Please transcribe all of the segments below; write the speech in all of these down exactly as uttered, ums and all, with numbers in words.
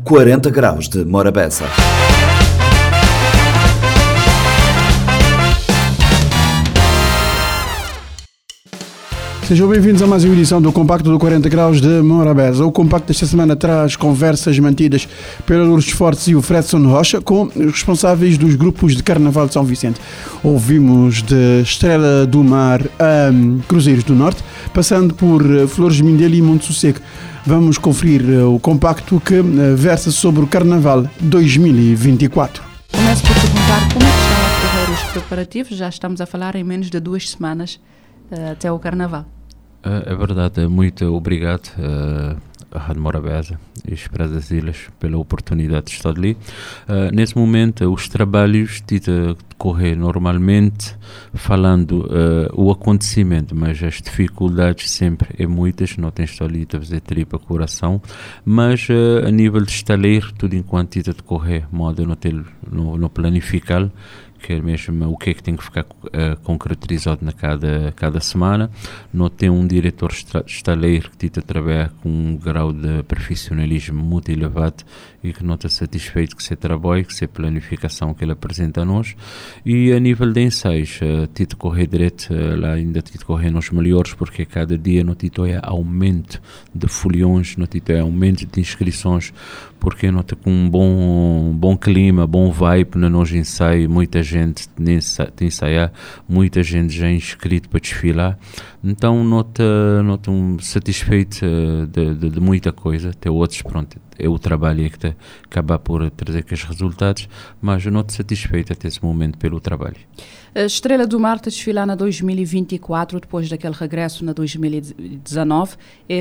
quarenta graus de Morabeza. Sejam bem-vindos a mais uma edição do Compacto do quarenta graus de Morabeza. O Compacto desta semana traz conversas mantidas pelo Lourdes Fortes e o Fredson Rocha com os responsáveis dos grupos de Carnaval de São Vicente. Ouvimos de Estrela do Mar a Cruzeiros do Norte, passando por Flores de Mindelo e Monte Sossego. Vamos conferir o compacto que versa sobre o Carnaval dois mil e vinte e quatro. Começo por perguntar como é que estão a correr os preparativos. Já estamos a falar em menos de duas semanas uh, até o Carnaval. É verdade, muito obrigado uh, a Rádio Morabeza e as Presas Ilhas pela oportunidade de estar ali. Uh, nesse momento, os trabalhos de decorrer normalmente, falando uh, o acontecimento, mas as dificuldades sempre é muitas, não tem estar ali a fazer tripa coração, mas uh, a nível de estaleiro, tudo enquanto está a decorrer, modo no, ter, no, no planificar, que é mesmo o que é que tem que ficar uh, concretizado na cada, cada semana. Não tem um diretor estaleiro que está a trabalhar com um grau de profissionalismo muito elevado e que não está satisfeito com esse trabalho, com essa planificação que ele apresenta a nós. E a nível de ensaios, uh, tito correr direto, uh, lá ainda tito correr nos melhores, porque cada dia não tito é aumento de foliões, não tito é aumento de inscrições, porque não tem com um bom, bom clima, bom vibe no nosso ensaio, muita gente tem ensaiar, muita gente já é inscrito para desfilar, então não estou satisfeito de, de, de muita coisa, até outros, pronto, é o trabalho que está acabar por trazer aqueles resultados, mas eu não estou satisfeito até esse momento pelo trabalho. A Estrela do Mar está a desfilar na dois mil e vinte e quatro, depois daquele regresso na dois mil e dezanove,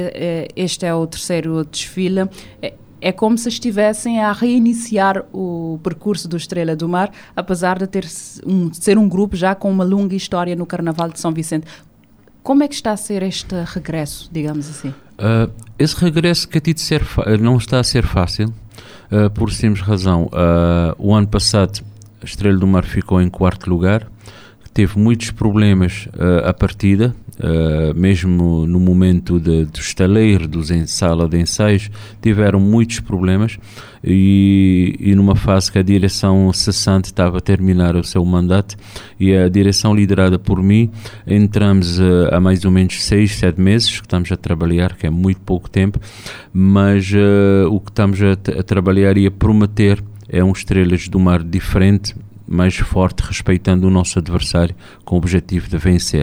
este é o terceiro desfile. É como se estivessem a reiniciar o percurso do Estrela do Mar, apesar de ter um, ser um grupo já com uma longa história no Carnaval de São Vicente. Como é que está a ser este regresso, digamos assim? Uh, esse regresso que a ti de ser não está a ser fácil, uh, por simples razão. Uh, o ano passado a Estrela do Mar ficou em quarto lugar, teve muitos problemas uh, à partida, uh, mesmo no momento de, do estaleiro, dos em sala de ensaios, tiveram muitos problemas e, e numa fase que a direção cessante estava a terminar o seu mandato e a direção liderada por mim, entramos uh, há mais ou menos seis, sete meses que estamos a trabalhar, que é muito pouco tempo, mas uh, o que estamos a, a trabalhar e a prometer é um Estrelas do Mar diferente, mais forte, respeitando o nosso adversário, com o objetivo de vencer.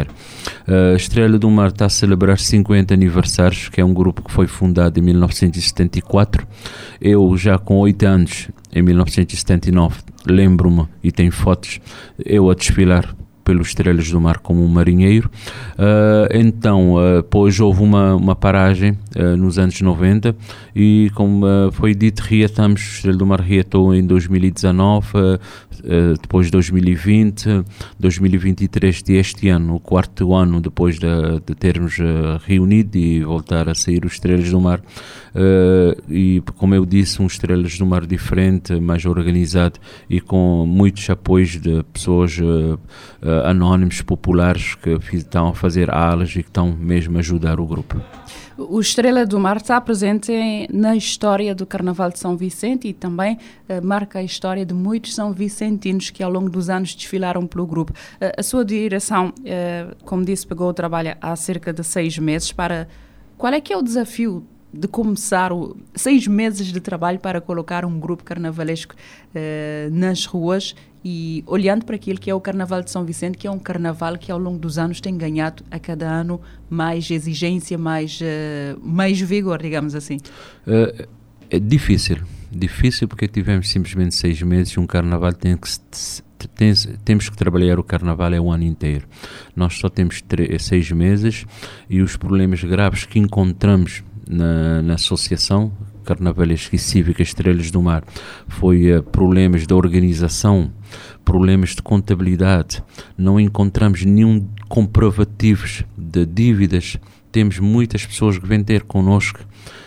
A Estrela do Mar está a celebrar cinquenta aniversários, que é um grupo que foi fundado em mil novecentos e setenta e quatro. Eu, já com oito anos, em mil novecentos e setenta e nove, lembro-me, e tenho fotos, eu a desfilar pelos Estrelas do Mar como um marinheiro. Uh, então, uh, depois houve uma, uma paragem uh, nos anos noventa e, como uh, foi dito, reatamos, Estrela do Mar reatou em dois mil e dezanove, uh, uh, depois de dois mil e vinte, dois mil e vinte e três de este ano, o quarto ano depois de, de termos uh, reunido e voltar a sair os Estrelas do Mar. Uh, e, como eu disse, um Estrelas do Mar diferente, mais organizado e com muitos apoios de pessoas uh, uh, anónimos, populares, que estão a fazer aulas e que estão mesmo a ajudar o grupo. O Estrela do Mar está presente em, na história do Carnaval de São Vicente e também uh, marca a história de muitos são vicentinos que ao longo dos anos desfilaram pelo grupo. Uh, a sua direção, uh, como disse, pegou o trabalho há cerca de seis meses. Para qual é que é o desafio de começar o, seis meses de trabalho para colocar um grupo carnavalesco uh, nas ruas e olhando para aquilo que é o Carnaval de São Vicente, que é um carnaval que ao longo dos anos tem ganhado a cada ano mais exigência, mais, uh, mais vigor, digamos assim? Uh, é difícil, difícil porque tivemos simplesmente seis meses e um carnaval tem que se Tem, temos que trabalhar o Carnaval é o ano inteiro. Nós só temos três, seis meses e os problemas graves que encontramos na, na Associação Carnavalesca e Cívica Estrelas do Mar foi uh, problemas de organização, problemas de contabilidade. Não encontramos nenhum comprovativos de dívidas. Temos muitas pessoas que vêm ter connosco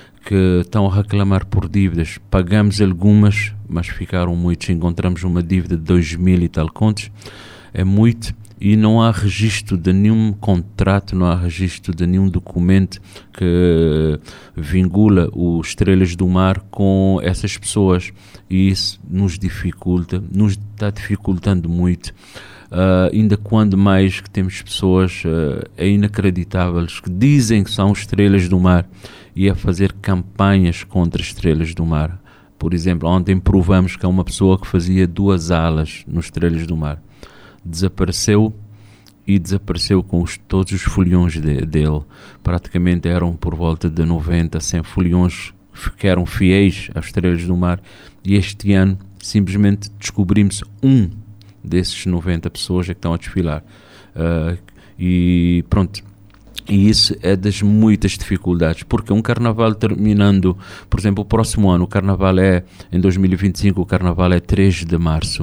que estão a reclamar por dívidas. Pagamos algumas, mas ficaram muitos. Encontramos uma dívida de dois mil e tal contos. É muito. e não há registro de nenhum contrato, não há registro de nenhum documento que vincula os Estrelas do Mar com essas pessoas, e isso nos dificulta, nos está dificultando muito, uh, ainda quando mais que temos pessoas uh, é inacreditáveis que dizem que são Estrelas do Mar e a fazer campanhas contra Estrelas do Mar. Por exemplo, ontem provamos que há uma pessoa que fazia duas alas nos Estrelas do Mar. Desapareceu e desapareceu com os, todos os foliões de, dele. Praticamente eram por volta de noventa, cem foliões que eram fiéis às Estrelas do Mar, e este ano simplesmente descobrimos um desses noventa pessoas que estão a desfilar. Uh, e pronto. E isso é das muitas dificuldades, porque um carnaval terminando, por exemplo, o próximo ano, o carnaval é, em dois mil e vinte e cinco, o carnaval é três de março.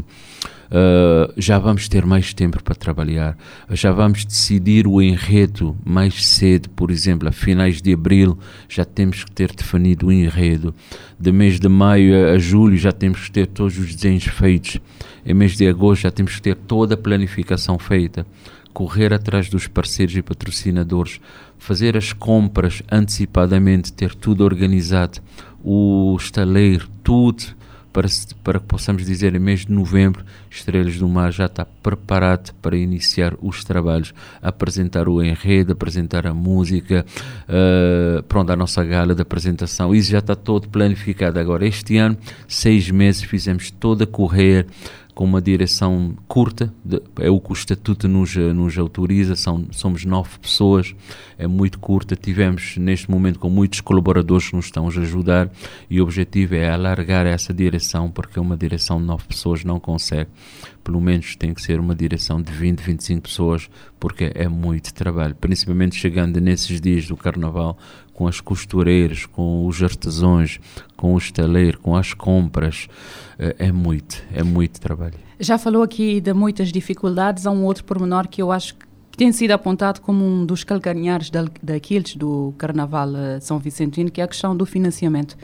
Uh, já vamos ter mais tempo para trabalhar, já vamos decidir o enredo mais cedo. Por exemplo, a finais de abril já temos que ter definido o enredo, de mês de maio a julho já temos que ter todos os desenhos feitos, em mês de agosto já temos que ter toda a planificação feita, correr atrás dos parceiros e patrocinadores, fazer as compras antecipadamente, ter tudo organizado, o estaleiro, tudo, para, para que possamos dizer, em mês de novembro, Estrelas do Mar já está preparado para iniciar os trabalhos, apresentar o enredo, apresentar a música, uh, pronto, a nossa gala de apresentação, isso já está todo planificado. Agora, este ano, seis meses, fizemos todo a correr, com uma direção curta, de, é o que o estatuto nos, nos autoriza, são, somos nove pessoas, é muito curta, tivemos neste momento com muitos colaboradores que nos estão a ajudar, e o objetivo é alargar essa direção, porque uma direção de nove pessoas não consegue, pelo menos tem que ser uma direção de vinte, vinte e cinco pessoas, porque é muito trabalho, principalmente chegando nesses dias do Carnaval, com as costureiras, com os artesãos, com o estaleiro, com as compras, é muito, é muito trabalho. Já falou aqui de muitas dificuldades, há um outro pormenor que eu acho que tem sido apontado como um dos calcanhares daqueles do Carnaval São Vicentino, que é a questão do financiamento.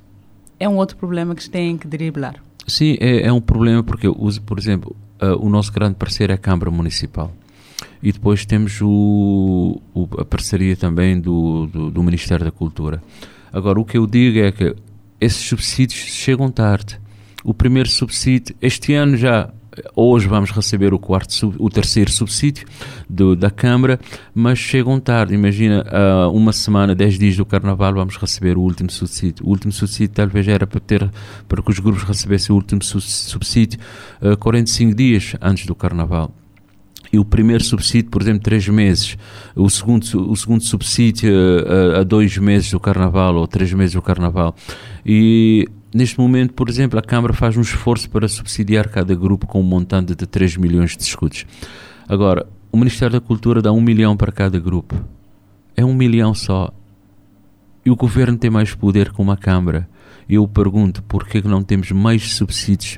É um outro problema que se tem que driblar. Sim, é, é um problema porque, por exemplo, uh, o nosso grande parceiro é a Câmara Municipal. E depois temos o, o, a parceria também do, do, do Ministério da Cultura. Agora, o que eu digo é que esses subsídios chegam tarde. O primeiro subsídio, este ano já, hoje vamos receber o, quarto, o terceiro subsídio do, da Câmara, mas chegam tarde. Imagina, uh, uma semana, dez dias do Carnaval, vamos receber o último subsídio. O último subsídio talvez era para, ter, para que os grupos recebessem o último subsídio uh, quarenta e cinco dias antes do Carnaval. E o primeiro subsídio, por exemplo, três meses, o segundo, o segundo subsídio a, a dois meses do Carnaval ou três meses do Carnaval. E neste momento, por exemplo, a Câmara faz um esforço para subsidiar cada grupo com um montante de três milhões de escudos. Agora, o Ministério da Cultura dá um milhão para cada grupo. É um milhão só. E o Governo tem mais poder que uma Câmara. Eu pergunto, por que não temos mais subsídios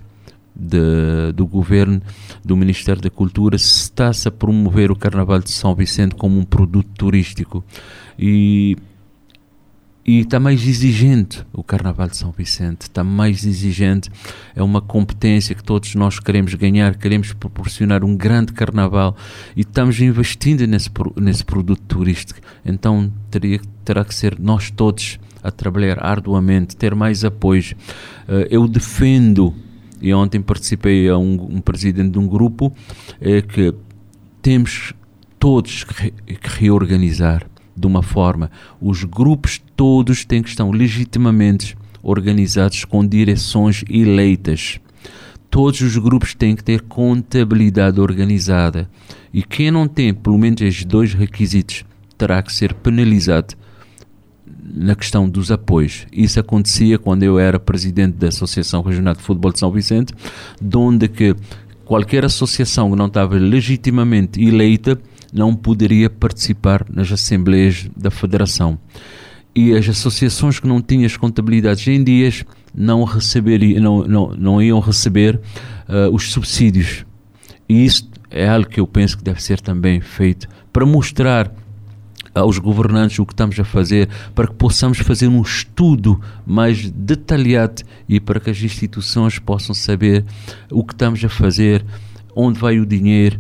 De, do Governo, do Ministério da Cultura, se está-se a promover o Carnaval de São Vicente como um produto turístico, e, e está mais exigente o Carnaval de São Vicente, está mais exigente, é uma competência que todos nós queremos ganhar, queremos proporcionar um grande Carnaval e estamos investindo nesse, nesse produto turístico, então teria, terá que ser nós todos a trabalhar arduamente, ter mais apoio. Uh, eu defendo, e ontem participei a um, um presidente de um grupo, é que temos todos que, re, que reorganizar de uma forma. Os grupos todos têm que estar legitimamente organizados com direções eleitas. Todos os grupos têm que ter contabilidade organizada. E quem não tem pelo menos estes dois requisitos terá que ser penalizado na questão dos apoios. Isso acontecia quando eu era presidente da Associação Regional de Futebol de São Vicente, onde que qualquer associação que não estava legitimamente eleita não poderia participar nas assembleias da federação. E as associações que não tinham as contabilidades em dias não, receberiam, não, não, não iam receber uh, os subsídios. E isso é algo que eu penso que deve ser também feito para mostrar aos governantes o que estamos a fazer, para que possamos fazer um estudo mais detalhado e para que as instituições possam saber o que estamos a fazer, onde vai o dinheiro.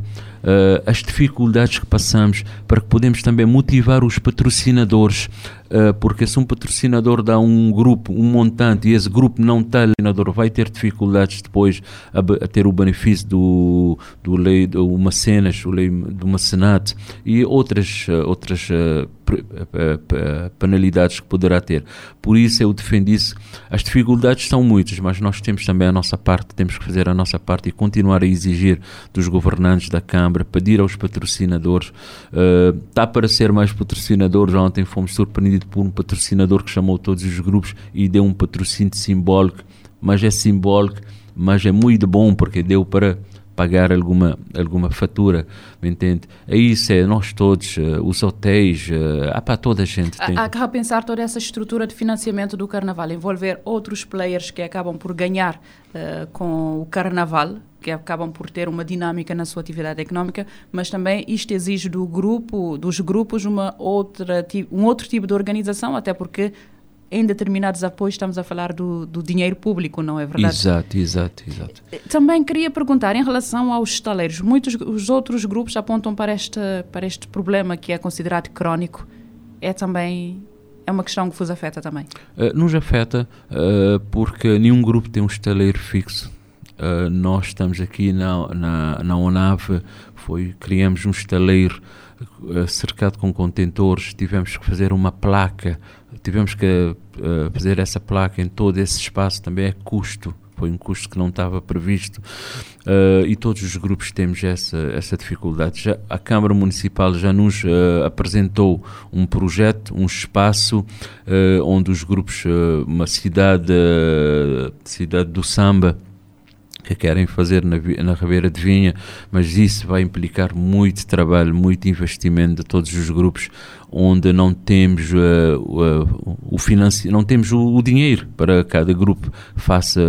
uh, as dificuldades que passamos, para que podemos também motivar os patrocinadores, uh, porque se um patrocinador dá um grupo, um montante, e esse grupo não está, o patrocinador vai ter dificuldades depois a, a ter o benefício do, do lei, do mecenas, o lei do mecenato e outras, uh, outras uh, penalidades que poderá ter. Por isso eu defendo isso. As dificuldades são muitas, mas nós temos também a nossa parte, temos que fazer a nossa parte e continuar a exigir dos governantes da Câmara, pedir aos patrocinadores. Uh, está para ser mais patrocinadores. Ontem fomos surpreendidos por um patrocinador que chamou todos os grupos e deu um patrocínio simbólico, mas é simbólico, mas é muito bom porque deu para pagar alguma, alguma fatura, me entende? É isso, é nós todos, uh, os hotéis, uh, há para toda a gente. Tem... Há, há que repensar toda essa estrutura de financiamento do Carnaval, envolver outros players que acabam por ganhar uh, com o Carnaval, que acabam por ter uma dinâmica na sua atividade económica, mas também isto exige do grupo, dos grupos uma outra, um outro tipo de organização, até porque em determinados apoios estamos a falar do, do dinheiro público, não é verdade? Exato, exato, exato. Também queria perguntar, em relação aos estaleiros, muitos os outros grupos apontam para este, para este problema que é considerado crónico. É também... É uma questão que vos afeta também? Uh, nos afeta uh, porque nenhum grupo tem um estaleiro fixo. Uh, nós estamos aqui na, na, na ONAV, foi, criamos um estaleiro uh, cercado com contentores, tivemos que fazer uma placa, tivemos que uh, fazer essa placa em todo esse espaço, também é custo, foi um custo que não estava previsto, uh, e todos os grupos temos essa, essa dificuldade. Já, a Câmara Municipal já nos uh, apresentou um projeto, um espaço uh, onde os grupos, uh, uma cidade, uh, cidade do samba, que querem fazer na, na Ribeira de Vinha, mas isso vai implicar muito trabalho, muito investimento de todos os grupos, onde não temos uh, uh, o financi- não temos o, o dinheiro para cada grupo faça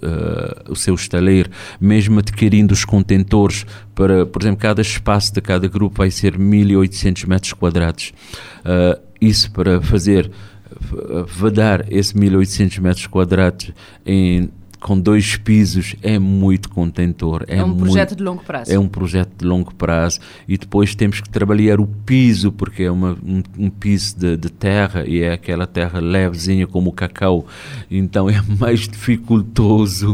uh, o seu estaleiro, mesmo adquirindo os contentores para, por exemplo, cada espaço de cada grupo vai ser mil e oitocentos metros quadrados. Uh, isso para fazer, uh, vedar esse mil e oitocentos metros quadrados em com dois pisos é muito contentor. É, é um muito, projeto de longo prazo. É um projeto de longo prazo e depois temos que trabalhar o piso, porque é uma, um, um piso de, de terra e é aquela terra levezinha como o cacau, então é mais dificultoso,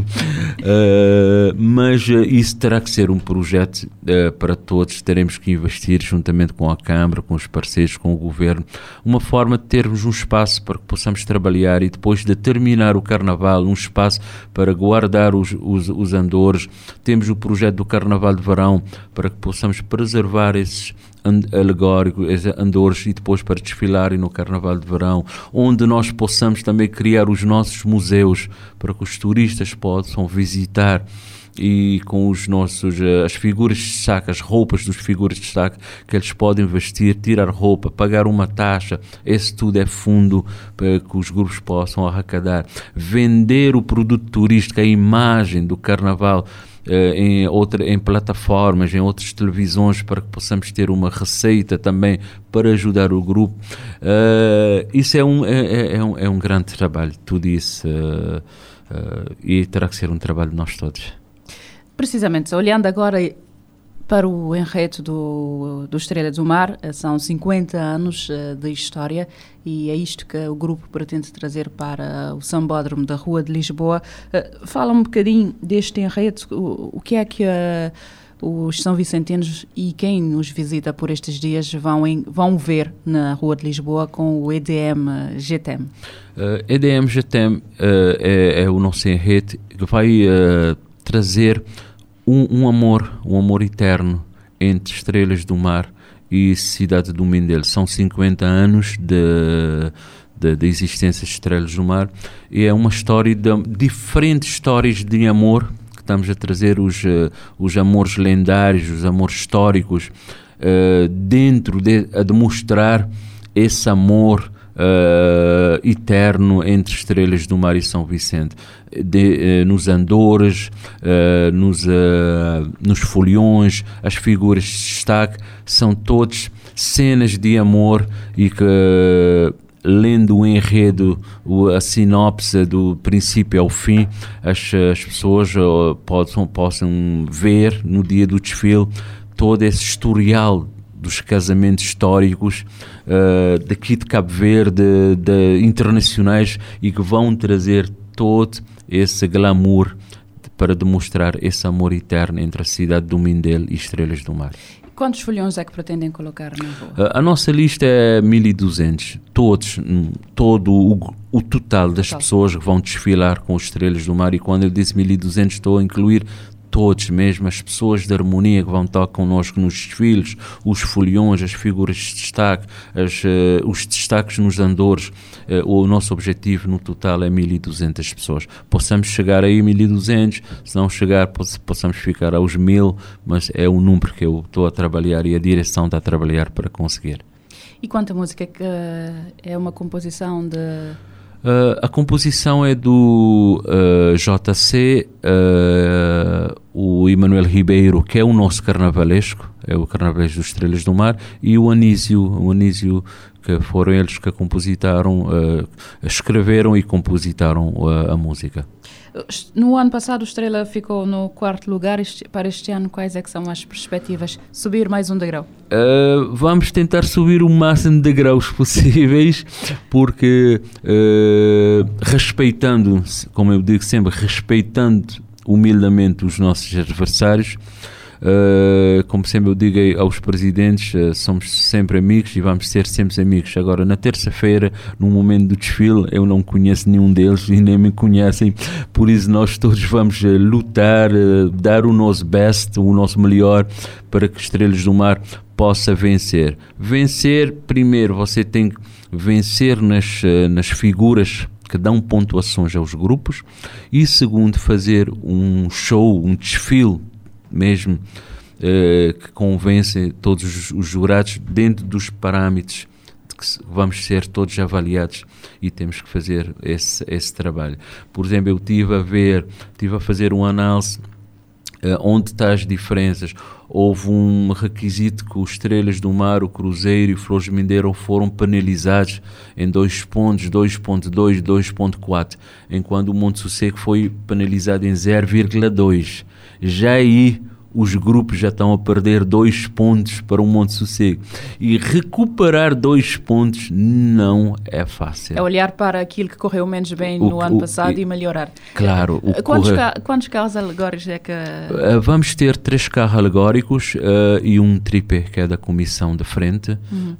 uh, mas uh, isso terá que ser um projeto uh, para todos, teremos que investir juntamente com a Câmara, com os parceiros, com o Governo, uma forma de termos um espaço para que possamos trabalhar e depois de terminar o Carnaval, um espaço para para guardar os, os, os andores. Temos o projeto do Carnaval de Verão para que possamos preservar esses and, alegóricos, esses andores e depois para desfilarem no Carnaval de Verão, onde nós possamos também criar os nossos museus para que os turistas possam visitar e com os nossos, as figuras de destaque, as roupas dos figuras de destaque que eles podem vestir, tirar roupa, pagar uma taxa, esse tudo é fundo para que os grupos possam arrecadar, vender o produto turístico, a imagem do Carnaval eh, em, outra, em plataformas, em outras televisões, para que possamos ter uma receita também para ajudar o grupo. Uh, isso é um, é, é, um, é um grande trabalho, tudo isso, uh, uh, e terá que ser um trabalho de nós todos. Precisamente, olhando agora para o enredo do, do Estrela do Mar, são cinquenta anos uh, de história e é isto que o grupo pretende trazer para o Sambódromo da Rua de Lisboa. Uh, fala um bocadinho deste enredo, o, o que é que uh, os são vicentinos e quem nos visita por estes dias vão, em, vão ver na Rua de Lisboa com o E D M G T E M? Uh, E D M G T E M uh, é, é o nosso enredo que vai uh, trazer Um, um amor, um amor eterno entre Estrelas do Mar e Cidade do Mindelo. São cinquenta anos de, de, de existência de Estrelas do Mar e é uma história de diferentes histórias de amor que estamos a trazer, os, uh, os amores lendários, os amores históricos, uh, dentro de a demonstrar esse amor Uh, eterno entre Estrelas do Mar e São Vicente, de, uh, nos andores, uh, nos, uh, nos foliões, as figuras de destaque, são todas cenas de amor e que, uh, lendo o enredo, a sinopse do princípio ao fim, as, as pessoas uh, possam, possam ver no dia do desfile todo esse historial dos casamentos históricos uh, daqui de Cabo Verde, de, de internacionais, e que vão trazer todo esse glamour para demonstrar esse amor eterno entre a cidade do Mindelo e Estrelas do Mar. Quantos foliões é que pretendem colocar na rua? Uh, a nossa lista é mil e duzentos, todos, hum, todo o, o total das Total. pessoas que vão desfilar com os Estrelas do Mar, e quando eu disse mil e duzentos estou a incluir todos, mesmo as pessoas de harmonia que vão estar connosco nos desfiles, os foliões, as figuras de destaque, as, uh, os destaques nos andores. Uh, o nosso objetivo no total é mil e duzentas pessoas. Possamos chegar aí a mil e duzentos, se não chegar poss- possamos ficar aos mil, mas é o número que eu estou a trabalhar e a direção está a trabalhar para conseguir. E quanto à música, que é uma composição de... Uh, a composição é do uh, J C, uh, o Emanuel Ribeiro, que é o nosso carnavalesco, é o carnavalesco dos Estrelas do Mar, e o Anísio, o Anísio, que foram eles que compositaram, uh, escreveram e compositaram uh, a música. No ano passado o Estrela ficou no quarto lugar. Este, para este ano, quais é que são as perspectivas? Subir mais um degrau? Uh, vamos tentar subir o máximo de degraus possíveis, porque uh, respeitando, como eu digo sempre, respeitando humildemente os nossos adversários, uh, como sempre eu digo aos presidentes, uh, somos sempre amigos e vamos ser sempre amigos. Agora, na terça-feira, no momento do desfile, eu não conheço nenhum deles e nem me conhecem, por isso nós todos vamos uh, lutar, uh, dar o nosso best, o nosso melhor, para que Estrelas do Mar possa vencer. Vencer, primeiro, você tem que vencer nas, uh, nas figuras que dão pontuações aos grupos, e segundo, fazer um show, um desfile mesmo, uh, que convence todos os, os jurados dentro dos parâmetros de que vamos ser todos avaliados, e temos que fazer esse, esse trabalho. Por exemplo, eu estive a ver, estive a fazer uma análise uh, onde estão as diferenças. Houve um requisito que os Estrelas do Mar, o Cruzeiro e o Flores de Mindelo foram penalizados em dois pontos, dois ponto dois, dois ponto quatro, enquanto o Monte Sossego foi penalizado em zero vírgula dois. Já aí os grupos já estão a perder dois pontos para o Monte Sossego, e recuperar dois pontos não é fácil. É olhar para aquilo que correu menos bem O no que- ano o- passado e- e melhorar. Claro. o Quantos, corre- ca- quantos carros alegóricos é que... Uh, vamos ter três carros alegóricos uh, e um tripé, que é da comissão de frente. Uhum.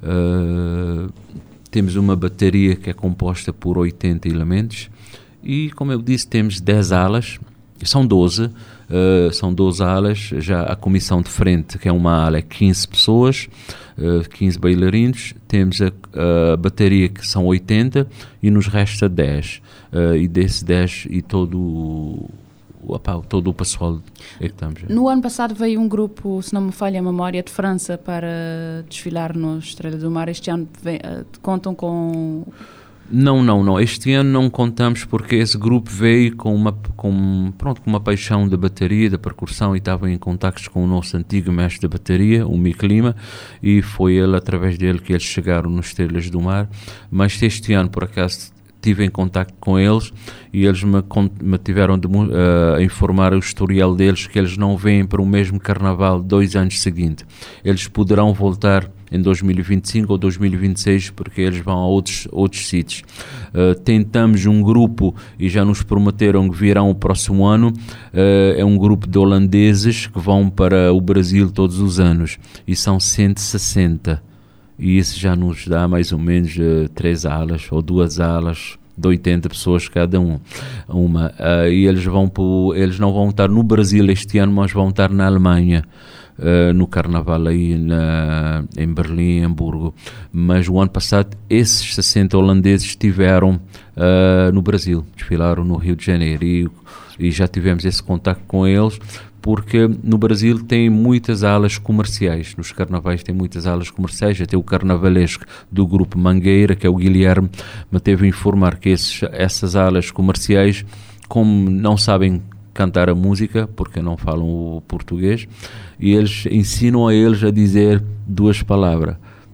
Uh, temos uma bateria que é composta por oitenta elementos, e, como eu disse, temos dez alas, são doze, uh, são doze alas. Já a comissão de frente, que é uma ala, é quinze pessoas, uh, quinze bailarinos. Temos a, a bateria, que são oitenta, e nos resta dez, uh, e desses dez e todo o Opa, todo o pessoal é que estamos. No ano passado veio um grupo, se não me falha a memória, de França para desfilar no Estrela do Mar. Este ano vem, uh, contam com... Não, não, não. Este ano não contamos, porque esse grupo veio com uma, com, pronto, com uma paixão da bateria, da percussão, e estava em contactos com o nosso antigo mestre da bateria, o Mick Lima, e foi ele, através dele, que eles chegaram nos Estrelas do Mar. Mas este ano, por acaso, estive em contacto com eles, e eles me, me tiveram de, uh, a informar o historial deles, que eles não vêm para o mesmo carnaval dois anos seguintes. Eles poderão voltar em dois mil e vinte e cinco ou dois mil e vinte e seis, porque eles vão a outros, outros sítios. Uh, tentamos um grupo, e já nos prometeram que virão o próximo ano. Uh, é um grupo de holandeses que vão para o Brasil todos os anos, e são cento e sessenta. E isso já nos dá mais ou menos uh, três alas ou duas alas de oitenta pessoas cada um. Uma. Uh, e eles, vão pro, eles não vão estar no Brasil este ano, mas vão estar na Alemanha, uh, no carnaval aí na, em Berlim, em Hamburgo. Mas o ano passado esses sessenta holandeses estiveram uh, no Brasil, desfilaram no Rio de Janeiro, e, e já tivemos esse contacto com eles, porque no Brasil tem muitas alas comerciais, nos carnavais tem muitas alas comerciais, até o carnavalesco do grupo Mangueira, que é o Guilherme, me teve a informar que esses, essas alas comerciais, como não sabem cantar a música, porque não falam o português, e eles ensinam a eles a dizer duas palavras.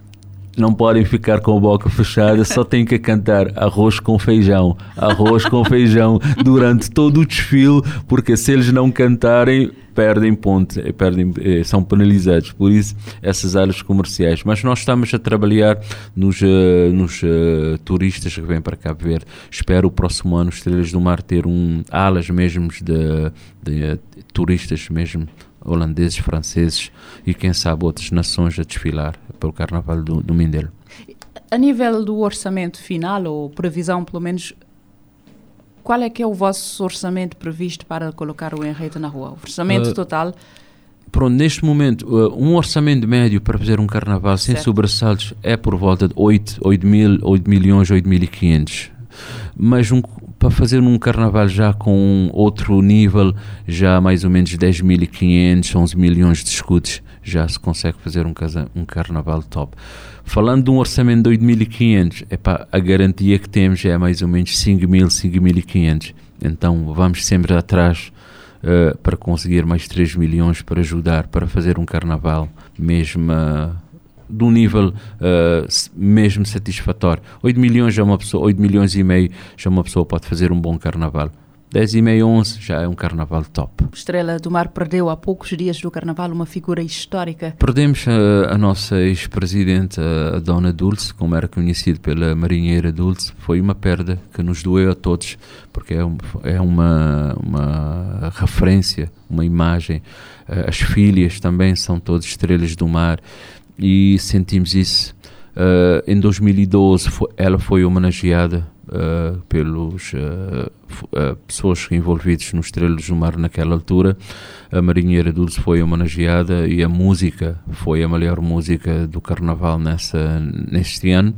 Não podem ficar com a boca fechada, só têm que cantar arroz com feijão, arroz com feijão durante todo o desfile, porque se eles não cantarem, perdem pontos, perdem, são penalizados, por isso essas áreas comerciais. Mas nós estamos a trabalhar nos, uh, nos uh, turistas que vêm para Cabo Verde. Espero o próximo ano Estrelas do Mar ter um, alas mesmo de, de uh, turistas mesmo, holandeses, franceses e quem sabe outras nações a desfilar para o Carnaval do, do Mindelo. A nível do orçamento final, ou previsão pelo menos, qual é que é o vosso orçamento previsto para colocar o enredo na rua? O orçamento uh, total? Pronto, neste momento, uh, um orçamento médio para fazer um carnaval sem sobressaltos é por volta de oito milhões, oito mil e quinhentos. Mas um, para fazer um carnaval já com outro nível, já mais ou menos dez mil e quinhentos, onze milhões de escudos, já se consegue fazer um, casa, um carnaval top. Falando de um orçamento de oito mil e quinhentos, epá, a garantia que temos é mais ou menos cinco mil, cinco mil e quinhentos. Então vamos sempre atrás uh, para conseguir mais três milhões para ajudar, para fazer um carnaval mesmo uh, de um nível uh, mesmo satisfatório. oito milhões, é uma pessoa, oito milhões e meio já uma pessoa pode fazer um bom carnaval. dez e meio, onze já é um carnaval top. Estrela do Mar perdeu há poucos dias do carnaval uma figura histórica. Perdemos a, a nossa ex-presidente, a, a Dona Dulce, como era conhecida pela marinheira Dulce. Foi uma perda que nos doeu a todos, porque é, um, é uma, uma referência, uma imagem. As filhas também são todas estrelas do mar e sentimos isso. Uh, em dois mil e doze foi, ela foi homenageada uh, pelos uh, uh, pessoas envolvidas nos Estrelas do Mar naquela altura. A marinheira Dulce foi homenageada e a música foi a melhor música do carnaval nessa, neste ano.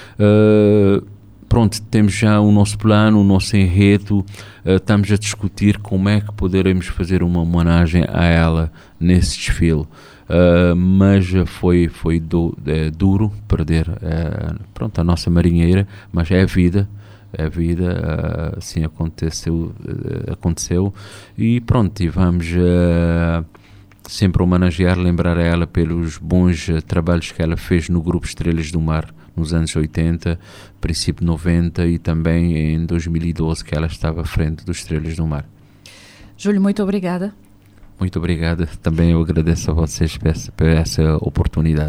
Uh, pronto, temos já o nosso plano, o nosso enredo, uh, estamos a discutir como é que poderemos fazer uma homenagem a ela nesse desfile. Uh, mas foi, foi du, é, duro perder uh, pronto, a nossa marinheira, mas é a vida, é a vida, uh, assim aconteceu, uh, aconteceu e pronto, e vamos uh, sempre homenagear, lembrar a ela pelos bons uh, trabalhos que ela fez no grupo Estrelas do Mar nos anos oitenta, princípio noventa e também em dois mil e doze que ela estava à frente dos Estrelas do Mar. Júlio, muito obrigada. Muito obrigado. Também eu agradeço a vocês por essa, por essa oportunidade.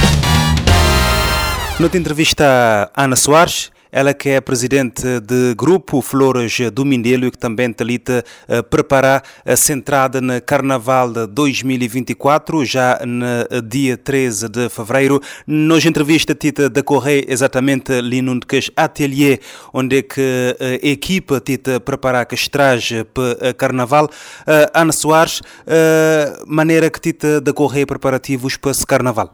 Noutra entrevista a Ana Soares, ela que é presidente do grupo Flores do Mindelo e que também talita uh, preparar a centrada no Carnaval de dois mil e vinte e quatro, já no dia treze de fevereiro. Nos entrevista Tita da Correia exatamente ali num dos ateliê onde é que a equipa Tita preparar que estraje para uh, Carnaval. Uh, Ana Soares, uh, maneira que Tita da Correia preparativos para esse Carnaval?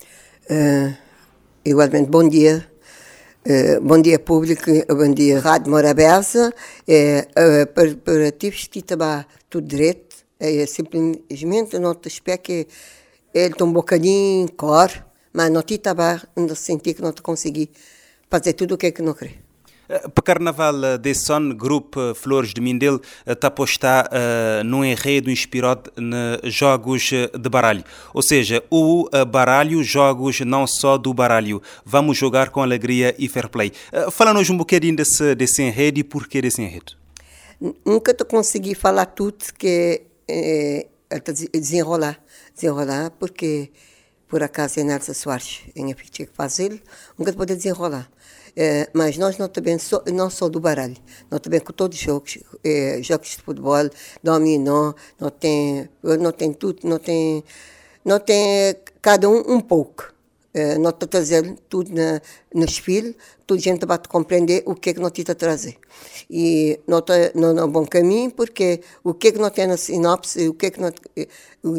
Uh, igualmente, bom dia. Uh, bom dia público, bom dia Rádio Morabeza. É, uh, preparativos que estava tudo direito, é simplesmente não te espero que ele tem um bocadinho cor, mas não te estava não senti que não te consegui fazer tudo o que é que não queria. Para Carnaval desse ano, o grupo Flores de Mindelo está a apostar uh, num enredo inspirado nos jogos de baralho. Ou seja, o uh, baralho, jogos não só do baralho. Vamos jogar com alegria e fair play. Uh, Fala-nos um bocadinho desse, desse enredo e porquê desse enredo. Nunca te consegui falar tudo que é, é, desenrolar. Desenrolar porque, por acaso, é Nelson Soares, em a que fazer, nunca te pode desenrolar. É, mas nós não também só não só do baralho, nós também com todos os jogos, é, jogos de futebol, dominó, não tem, não tem tudo, não tem, não tem cada um um pouco. É, nós estamos trazendo tudo na, no desfile, toda a gente vai compreender o que é que nós estamos a trazer. E nós estamos no bom caminho, porque o que é que nós temos na sinopse, o que é que nós, é,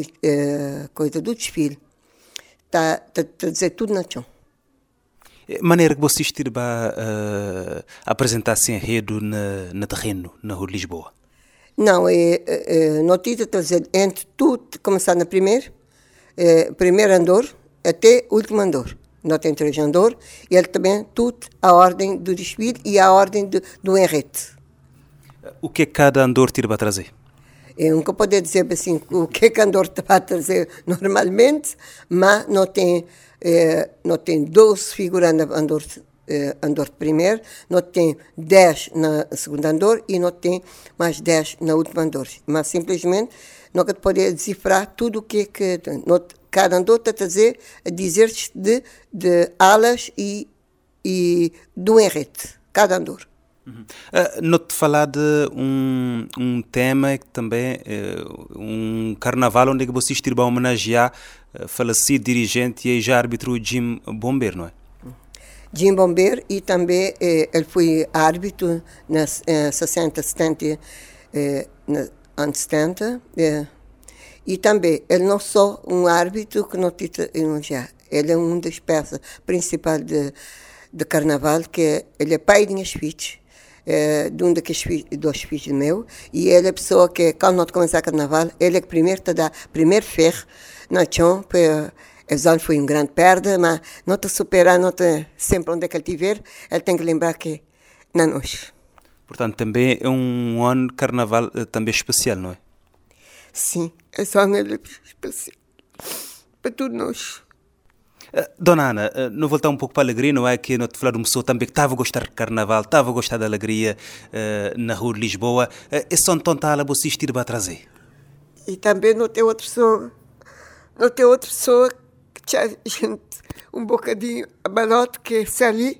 é, coisa do desfile, está a trazer tudo na chão. Maneira que vocês tiram para uh, apresentar-se enredo na, na terreno, na Rua de Lisboa? Não, é, é, nós temos a trazer entre tudo, começar na primeira, é, primeiro andor, até o último andor. Nós temos três andor e ele também tudo a ordem do desfile e a ordem do, do enredo. O que é que cada andor tira para trazer? Eu nunca posso dizer assim o que é que andor está a trazer normalmente, mas não tem, é, não tem doze figurantes andor uh, andor de primeiro, não tem dez na segunda andor e não tem mais dez na última andor. Mas simplesmente não pode decifrar tudo o que é que... Não, cada andor está a dizer, a dizer-te de, de alas e, e do enrete, cada andor. Uhum. Uh, Não-te falar de um, um tema que também uh, um carnaval onde você esteve a homenagear uh, falecido dirigente e já árbitro Jim Bombeiro, não é? Jim Bombeiro, e também eh, ele foi árbitro nas eh, sessenta, setenta, eh, na, anos setenta, eh, e também ele não só um árbitro que não tita elogiar, ele é uma das peças principais de, de carnaval, que é, ele é pai de minhas filhas. É, de um daqueles filhos, dois filhos meus, e ele é a pessoa que, quando nós começamos carnaval, ele é que primeiro te dá, primeiro ferro na chão, para ele foi uma grande perda, mas não te superar, não te, sempre onde é que ele estiver, ele tem que lembrar que não é nós. Portanto, também é um ano carnaval também especial, não é? Sim, esse ano é especial para todos nós. Uh, Dona Ana, uh, não voltar um pouco para a alegria, não é? Que não te falar de uma pessoa também que estava a gostar de carnaval, estava a gostar da alegria uh, na rua de Lisboa. Uh, esse som tão tal, você estira para trazer. E também não tem outra pessoa, não tem outra pessoa que tinha gente um bocadinho abalote, que é ali,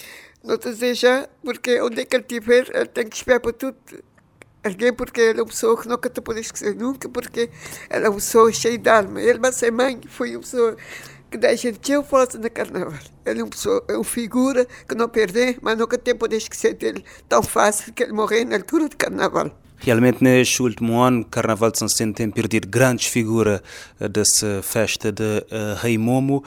não te deseja, porque onde é que ele estiver, ele tem que esperar para tudo. Alguém, porque ele é uma pessoa que nunca te pode esquecer nunca, porque ele é uma pessoa cheia de alma. Ele, mas ser mãe, foi uma pessoa que da gente tinha força no carnaval. Ele é uma pessoa, é uma figura que não perde, mas nunca tem poder esquecer dele tão fácil que ele morreu na altura de carnaval. Realmente, neste último ano, o Carnaval de São Vicente tem perdido grandes figuras uh, dessa festa de uh, Rei Momo,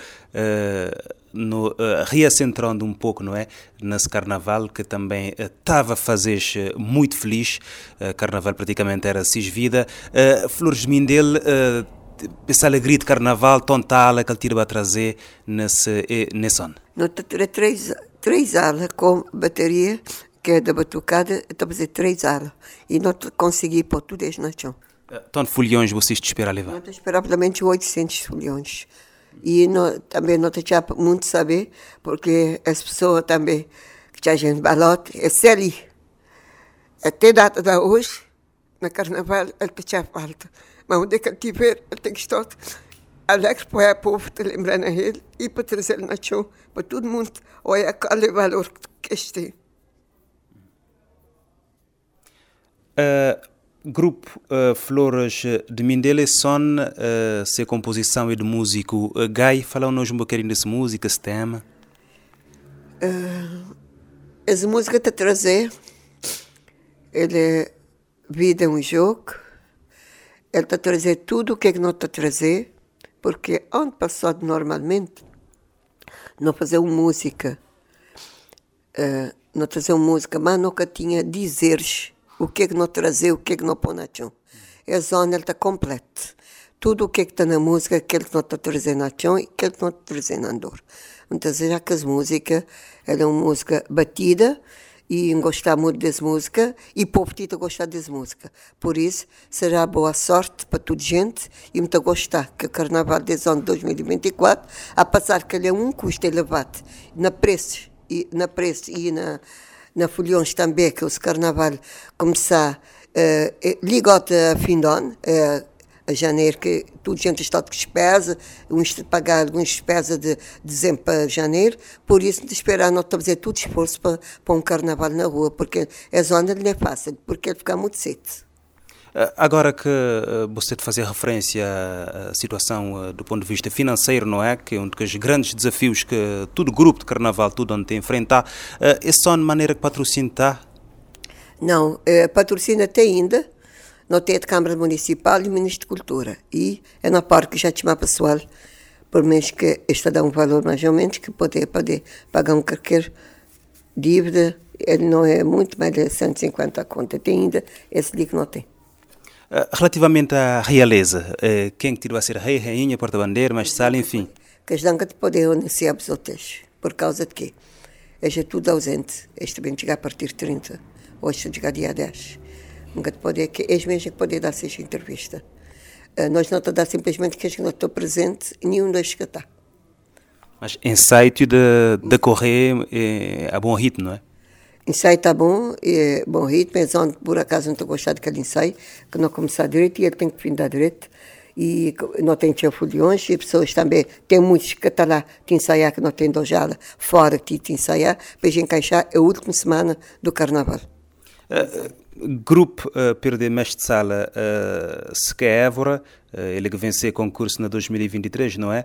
uh, no, uh, reacentrando um pouco, não é? Nesse Carnaval que também estava uh, a fazer muito feliz. Uh, Carnaval praticamente era cis vida. Uh, Flores de Mindelo, uh, essa alegria de Carnaval, tontal, que ele tira a trazer nesse, nesse ano. Nós temos três, três alas com bateria, que é da batucada, estamos a fazer três alas. E não consegui pôr tudo isso na chão. Tanto folhões vocês te esperam a levar? Nós esperamos pelo menos oitocentos folhões. E não, também não te tinha muito saber, porque as pessoas também, que tinha gente balote, é ali. Até a data de hoje, no carnaval, ele te tinha falta. Mas onde é que ele estiver, ele tem que estar alegre para o povo, te lembrando a ele, e para trazer ele na chão, para todo mundo olhar qual é o valor que este tem. Uh, grupo uh, Flores de Mindelo são uh, se composição é de músico uh, Gai. Fala-nos um bocadinho dessa música, esse tema. Uh, essa música te trazer, ele é vida é um jogo. Ele está a trazer tudo o que é que não está a trazer, porque ano passado, normalmente, não faziam música, uh, não traziam música, mas nunca tinha dizeres o que é que não trazer, o que é que não põe na chão. Esse ano ele está completo. Tudo o que é que está na música, aquele que não está a trazer na chão e aquele que não está a trazer na andor. Então, já que as músicas, ela é uma música batida, e gostar muito dessa música, e o povo tita gostar dessa música. Por isso, será boa sorte para toda a gente, e muito gostar que o Carnaval desse ano de dois mil e vinte e quatro, a passar que ele é um custo elevado, na preços, e na preço e na, na folhões também, que o Carnaval começar, uh, ligado a fim de ano, uh, a janeiro, que toda a gente está de despesa, uns de pagar algumas despesas de dezembro para janeiro, por isso de esperar não fazer todo esforço para, para um carnaval na rua, porque a zona não é fácil, porque ele fica muito cedo. Agora que você te fazia referência à situação do ponto de vista financeiro, não é? Que é um dos grandes desafios que todo grupo de carnaval, tudo onde tem a enfrentar, é só de maneira que patrocina está? Não, patrocina até ainda, não tem a Câmara Municipal e o Ministro de Cultura. E é na parte que já tinha pessoal, por menos que está dá um valor mais ou menos, que pode, pode pagar um qualquer dívida, ele não é muito mais de cento e cinquenta contas, tem ainda esse dia que não tem. Relativamente à realeza, quem que tirou a ser rei, rainha, porta-bandeira, mas sala, enfim? Que as danças de poder anunciar os hotéis, por causa de quê? Este é tudo ausente, este vem chegar a partir de trinta, hoje chegar dia dez. Nunca te pode, que eles mesmos que podem dar essa entrevista. Uh, nós não te dá simplesmente que a gente não está presente e nenhum deles que está. Mas ensaio de decorrer é, a bom ritmo, não é? Ensaio está bom, é bom ritmo, mas onde, por acaso não estou gostando daquele ensaio, que não começar direito e ele tem que findar direito. E não tem chafulhões, e pessoas também, tem muitos que estão lá te ensaiar, que não tem dojala, fora que te ensaiar, para encaixar a última semana do Carnaval. Uh, grupo uh, Perder Mestre de Sala, uh, se que é Évora, uh, ele que venceu o concurso na dois mil e vinte e três, não é?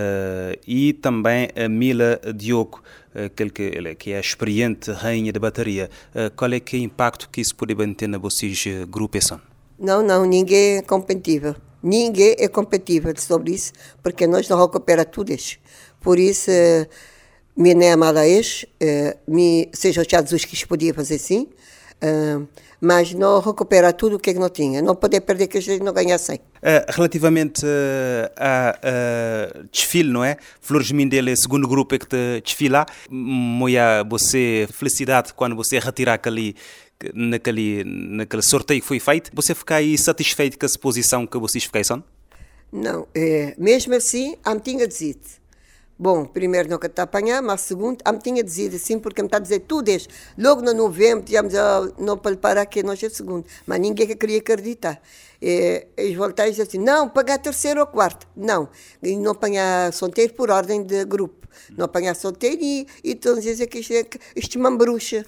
Uh, e também a Mila Diogo, aquele que, ele, que é a experiente rainha da bateria. Uh, qual é que é o impacto que isso pode ter na vocês, uh, grupo Esson? Não, não, ninguém é compatível. Ninguém é compatível sobre isso, porque nós não recuperamos tudo isso. Por isso, uh, me nem amala isso, uh, me seja o Jesus que podia fazer assim, uh, mas não recuperar tudo o que não tinha. Não poder perder que a gente não ganhar cem. Uh, relativamente uh, a uh, desfile, não é? Flores Mindelo é o segundo grupo é que te desfila. Moia, você, felicidade quando você retirar aquele, naquele, naquele sorteio que foi feito. Você fica aí satisfeito com a posição que vocês ficaram? Não, é, mesmo assim, a me tinha dizido. Bom, primeiro não que está a apanhar, mas segundo, a me tinha dizido assim, porque me está a dizer tudo isso. Logo no novembro, digamos, não para parar que nós é segundo. Mas ninguém que queria acreditar. É, eles voltaram e dizer assim, não, pagar terceiro ou quarto. Não, e não apanhar solteiro por ordem de grupo. Não apanhar solteiro e, e estão a dizer que isto é este mambruxa.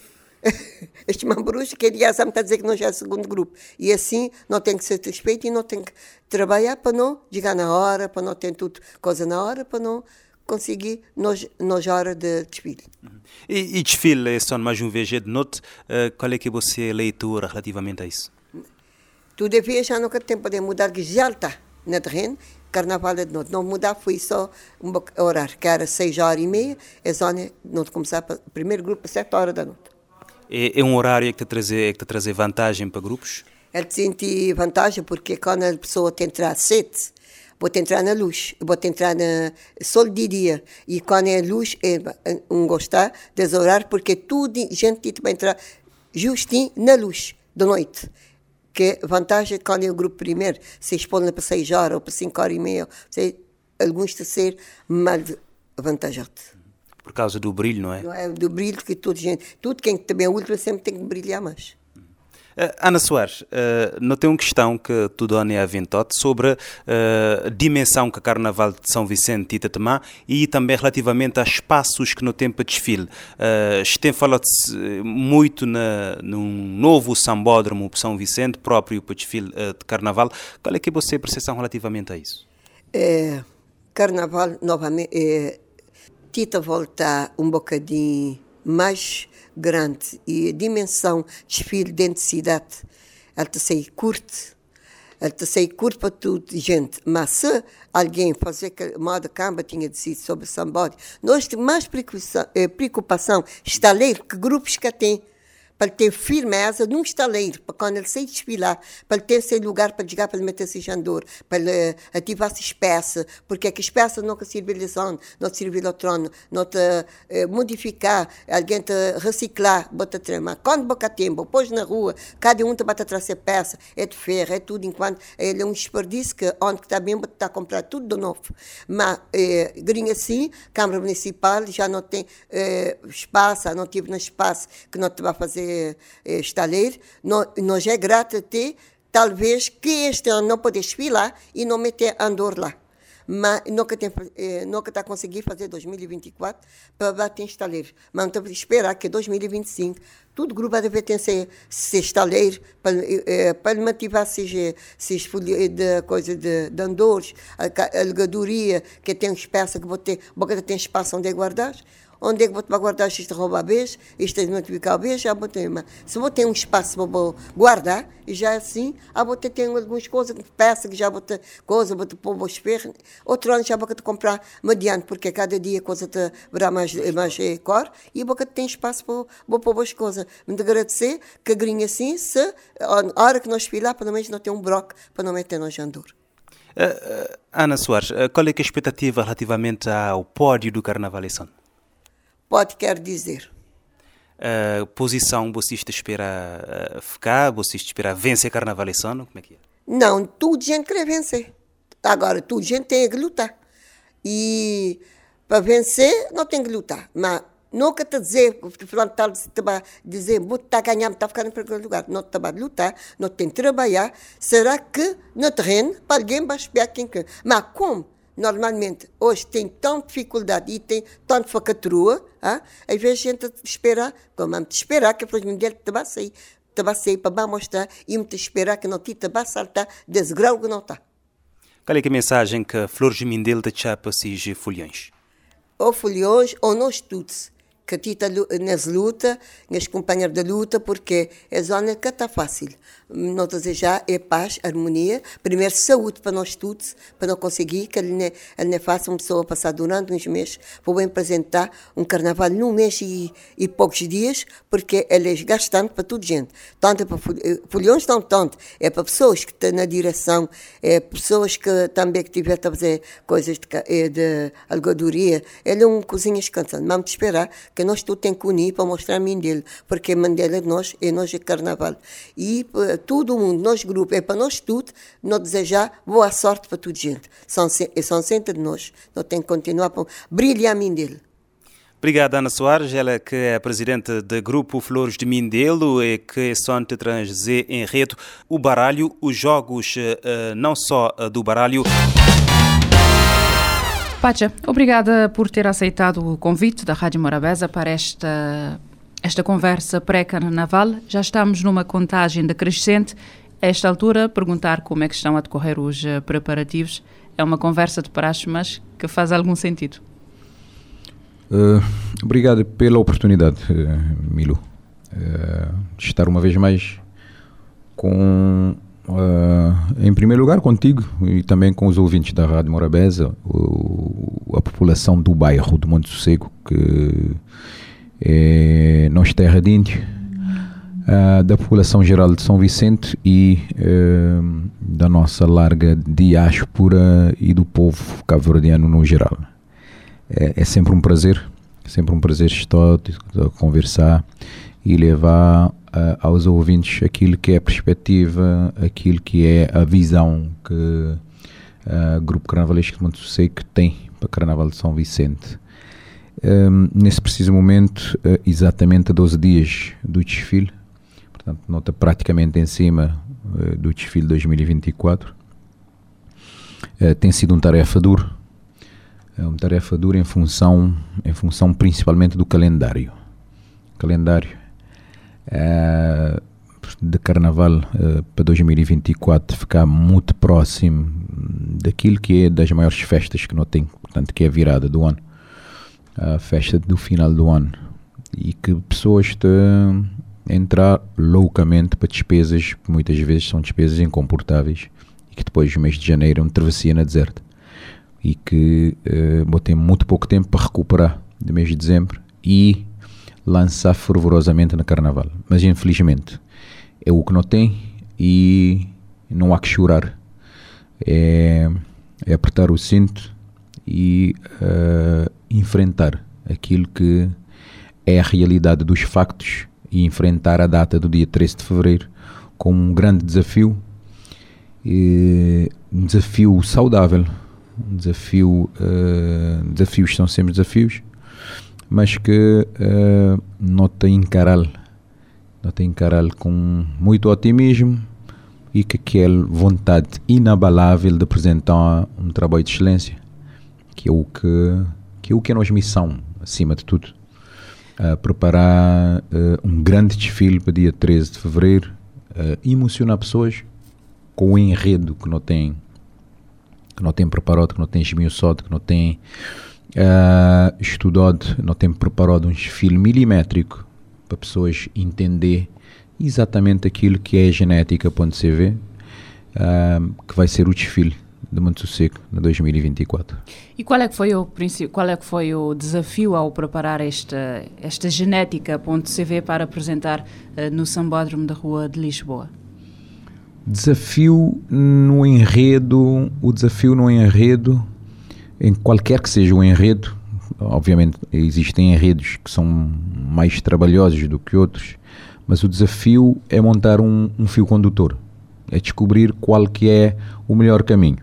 Este mambruxa que aliás me está a dizer que não já é segundo grupo. E assim não tem que ser respeito e não tem que trabalhar para não chegar na hora, para não ter tudo coisa na hora, para não conseguir nos, nos horas de desfile. Uhum. E, e desfile, é só mais uma vez de noite, uh, qual é que é a vossa leitura relativamente a isso? Tu devia já nunca tempo de mudar, que já está na terreno, Carnaval de noite. Não mudar foi só um horário, que era seis horas e meia, a zona não começar para o primeiro grupo às sete horas da noite. É, é um horário que te trazer, que te trazer vantagem para grupos? Ele sente vantagem porque quando a pessoa tem entrar às sete, vou entrar na luz, vou entrar na sol de dia. E quando é luz, é um gostar desse horário, porque tudo, gente vai entrar justinho na luz da noite. Que vantagem é quando é o grupo primeiro, se expõe para seis horas ou para cinco horas e meia, sei, alguns de ser mal avantajado. Por causa do brilho, não é? Não é do brilho que toda gente, tudo quem também é último sempre tem que brilhar mais. Uh, Ana Soares, uh, não tem uma questão que tu dona a Ventote sobre uh, a dimensão que o Carnaval de São Vicente e Tatamã e também relativamente a espaços que no tempo de desfile. Uh, se tem falado muito na, num novo sambódromo de São Vicente, próprio para desfile uh, de Carnaval. Qual é que é a sua percepção relativamente a isso? É, Carnaval, novamente, é, Tita volta um bocadinho mais grande e a dimensão de desfile dentro da cidade, ela está sair curto, ela está sair curto para toda gente, mas se alguém fazer que a moda Camba tinha decidido sobre o sambódromo, nós temos mais preocupação, preocupação estaleiro, que grupos que tem, para ele ter firmeza num estaleiro, para quando ele sair desfilar, para ele ter esse lugar para chegar, para ele meter-se em andor, para ele ativar-se espécie, porque é que espécie não serve a zona, não serve ao trono, não te eh, modificar, alguém te reciclar, bota trema. Quando boca tempo, pôs na rua, cada um te bota trazer peça, é de ferro, é tudo, enquanto ele é um desperdício que onde está bem, está a comprar tudo de novo. Mas, eh, gringa assim, Câmara Municipal já não tem eh, espaço, não tive no espaço que não te vai fazer estaleiro, nós é grato a ter, talvez, que este ano não poder desfilar e não meter Andor lá. Mas nunca tem, eh, nunca está a conseguir fazer dois mil e vinte e quatro para bater estaleiro. Mas não estamos a esperar que dois mil e vinte e cinco tudo grupo vai ter que ser, ser estaleiro para, eh, para motivar esses, esses de coisa de, de andores, a, a legadoria, que tem espaço que vou ter, boca tem espaço onde é guardar. Onde é que vou guardar isto roubar beijo, isto é multiplicar o beijo, já vou ter uma. Se vou ter um espaço para guardar, e já assim, já vou ter, ter algumas coisas, peças que já vou ter coisa, vou ter pôr o espelho. Outro ano já vou ter comprar mediante, porque cada dia a coisa te verá mais, mais é, cor, e vou ter tem espaço para vou pôr as coisas. Muito agradecer que a grinha assim, se a hora que nós filar, pelo menos não ter um broco para não meter no jandor. Uh, uh, Ana Soares, uh, qual é, que é a expectativa relativamente ao pódio do Carnaval esse ano? Pode quer dizer. A uh, posição, vocês te espera uh, ficar, vocês te espera vencer Carnaval esse ano? Como é que é? Não, tudo gente quer vencer. Agora, tudo gente tem que lutar. E para vencer, não tem que lutar. Mas nunca te dizer, plantar, dizer, vou estar ganhando, está ficando em primeiro lugar. Não está a lutar, não tem que trabalhar. Será que no terreno, para alguém vai espiar quem quer? Mas como normalmente hoje tem tanta dificuldade e tem tanta facatrua, ah, às vezes a gente espera, como vamos esperar que depois ninguém te vai sair, te vai sair para mostrar e me esperar que não te vai saltar desse grau que não está. Qual é que a mensagem que Flores de Mindelo deixa para esses folhões? Ou folhões, ou nós todos, que tita nas lutas, nas companheiros de luta, porque é zona que está fácil. Não desejar é paz, harmonia, primeiro saúde para nós todos, para não conseguir que ele não, ele não faça uma pessoa passar durante uns meses, vou apresentar um carnaval num mês e, e poucos dias, porque ele é desgastante para toda gente. Tanto é para folhões, não tanto, é para pessoas que estão na direção, é pessoas que também que tiveram a fazer coisas de, de algodoria, ele é um cozinha descansando. Vamos esperar que nós tudo tem que unir para mostrar a mim dele, porque Mandela é nós, é nós é carnaval. E todo mundo, nós grupo, é para nós tudo, nós desejar boa sorte para toda gente. São, são sempre de nós, nós temos que continuar para brilhar a mim dele. Obrigado, Ana Soares, ela que é presidente do Grupo Flores de Mindelo e que só te trazer em rede o baralho, os jogos não só do baralho. Pacha, obrigada por ter aceitado o convite da Rádio Morabeza para esta, esta conversa pré-carnaval. Já estamos numa contagem decrescente. A esta altura, perguntar como é que estão a decorrer os preparativos é uma conversa de praxe, mas que faz algum sentido. Uh, obrigado pela oportunidade, uh, Milo, uh, de estar uma vez mais com... Uh, em primeiro lugar contigo e também com os ouvintes da Rádio Morabeza, o, a população do bairro do Monte Sossego, que é nossa terra de índio, uh, da população geral de São Vicente e uh, da nossa larga diáspora e do povo cabo-verdiano no geral. É, é sempre um prazer, sempre um prazer estar a conversar e levar Uh, aos ouvintes aquilo que é a perspectiva, aquilo que é a visão que o uh, Grupo Carnavalesco de Monte Sossego tem para o Carnaval de São Vicente. Um, nesse preciso momento, uh, exatamente a doze dias do desfile, portanto, nota praticamente em cima uh, do desfile dois mil e vinte e quatro, uh, tem sido uma tarefa dura, uh, uma tarefa dura em função, em função principalmente do calendário. Calendário Uh, de Carnaval uh, para dois mil e vinte e quatro ficar muito próximo daquilo que é das maiores festas que nós temos, portanto, que é a virada do ano, a festa do final do ano, e que pessoas estão a entrar loucamente para despesas que muitas vezes são despesas incomportáveis e que depois do mês de janeiro é uma travessia na deserta e que uh, vou ter muito pouco tempo para recuperar do mês de dezembro e lançar fervorosamente no Carnaval. Mas infelizmente é o que não tem e não há que chorar. É, é apertar o cinto e uh, enfrentar aquilo que é a realidade dos factos e enfrentar a data do dia treze de fevereiro com um grande desafio, e um desafio saudável, um desafio, uh, desafios são sempre desafios, mas que uh, não tem encará-lo, não tem encará-lo com muito otimismo e que aquela vontade inabalável de apresentar um trabalho de excelência, que é o que, que é o que é a nossa missão, acima de tudo. Uh, preparar uh, um grande desfile para dia treze de fevereiro, uh, emocionar pessoas com o enredo que não tem, que não tem preparado, que não tem esmiuçado, que não tem Uh, estudado, não tem preparado um desfile milimétrico para pessoas entender exatamente aquilo que é a genética ponto c v, uh, que vai ser o desfile de Monte Sossego de dois mil e vinte e quatro. E qual é que foi o princípio, qual é que foi o desafio ao preparar esta, esta genética ponto c v para apresentar uh, no Sambódromo da Rua de Lisboa? Desafio no enredo, o desafio no enredo em qualquer que seja o enredo, obviamente existem enredos que são mais trabalhosos do que outros, mas o desafio é montar um, um fio condutor, é descobrir qual que é o melhor caminho.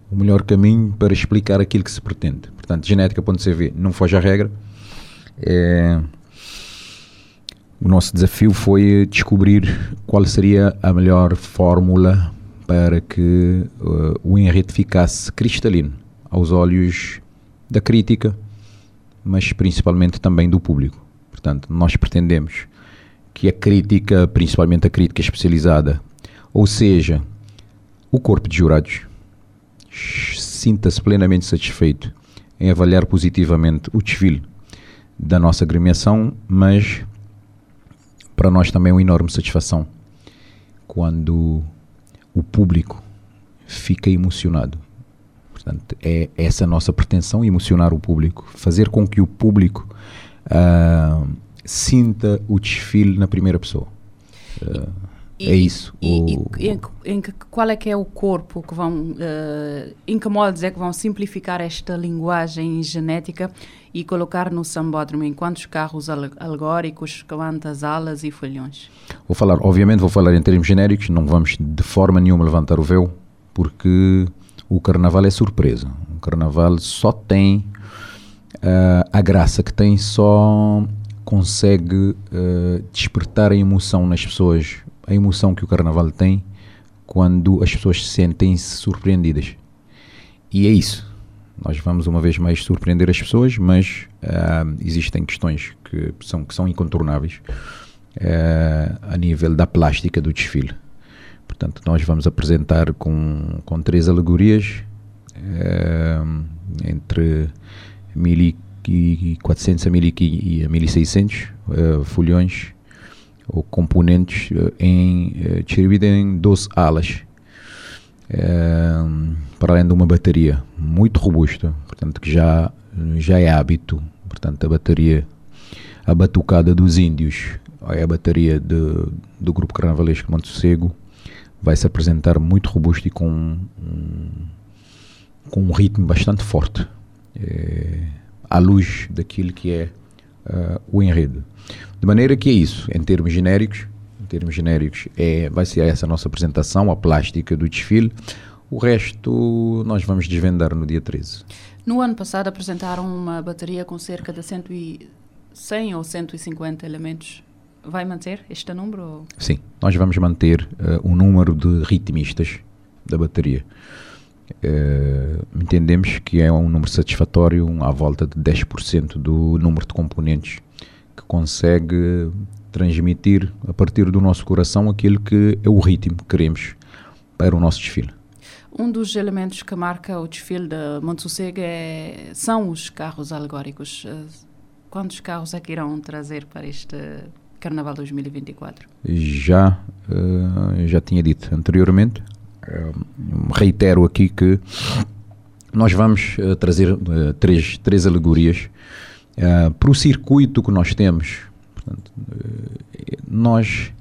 o melhor caminho para explicar aquilo que se pretende. Portanto, genética ponto c v não foge à regra. É, o nosso desafio foi descobrir qual seria a melhor fórmula para que uh, o enredo ficasse cristalino aos olhos da crítica, mas principalmente também do público. Portanto, nós pretendemos que a crítica, principalmente a crítica especializada, ou seja, o corpo de jurados, sinta-se plenamente satisfeito em avaliar positivamente o desfile da nossa agremiação, mas para nós também é uma enorme satisfação quando o público fica emocionado. Portanto, é essa a nossa pretensão, emocionar o público, fazer com que o público uh, sinta o desfile na primeira pessoa. Uh, e, é isso. E, o, e, em, em que, qual é que é o corpo que vão, uh, em que moldes é que vão simplificar esta linguagem genética e colocar no sambódromo? Em quantos carros alegóricos, quantas alas e folhões? Vou falar, obviamente vou falar em termos genéricos, não vamos de forma nenhuma levantar o véu, porque o carnaval é surpresa. O carnaval só tem uh, a graça que tem, só consegue uh, despertar a emoção nas pessoas, a emoção que o carnaval tem quando as pessoas sentem-se surpreendidas. E é isso. Nós vamos uma vez mais surpreender as pessoas, mas uh, existem questões que são, que são incontornáveis uh, a nível da plástica do desfile. Portanto, nós vamos apresentar com, com três alegorias, uh, entre mil e quatrocentos a mil e seiscentos uh, folhões ou componentes uh, em, uh, distribuídos em doze alas, uh, para além de uma bateria muito robusta, portanto, que já, já é hábito. Portanto, a bateria, a batucada dos índios, a bateria de, do grupo carnavalesco Monte Sossego, vai se apresentar muito robusto e com um, com um ritmo bastante forte, é, à luz daquilo que é uh, o enredo. De maneira que é isso, em termos genéricos, em termos genéricos é, vai ser essa a nossa apresentação, a plástica do desfile. O resto nós vamos desvendar no dia treze. No ano passado apresentaram uma bateria com cerca de cem ou cento e cinquenta elementos. Vai manter este número? Ou? Sim, nós vamos manter uh, o número de ritmistas da bateria. Uh, entendemos que é um número satisfatório, um, à volta de dez por cento do número de componentes que consegue transmitir a partir do nosso coração aquilo que é o ritmo que queremos para o nosso desfile. Um dos elementos que marca o desfile de Monte Sossego é, são os carros alegóricos. Uh, quantos carros é que irão trazer para este Carnaval dois mil e vinte e quatro? Já, uh, já tinha dito anteriormente, uh, reitero aqui que nós vamos uh, trazer uh, três, três alegorias uh, para o circuito que nós temos. Portanto, uh, nós,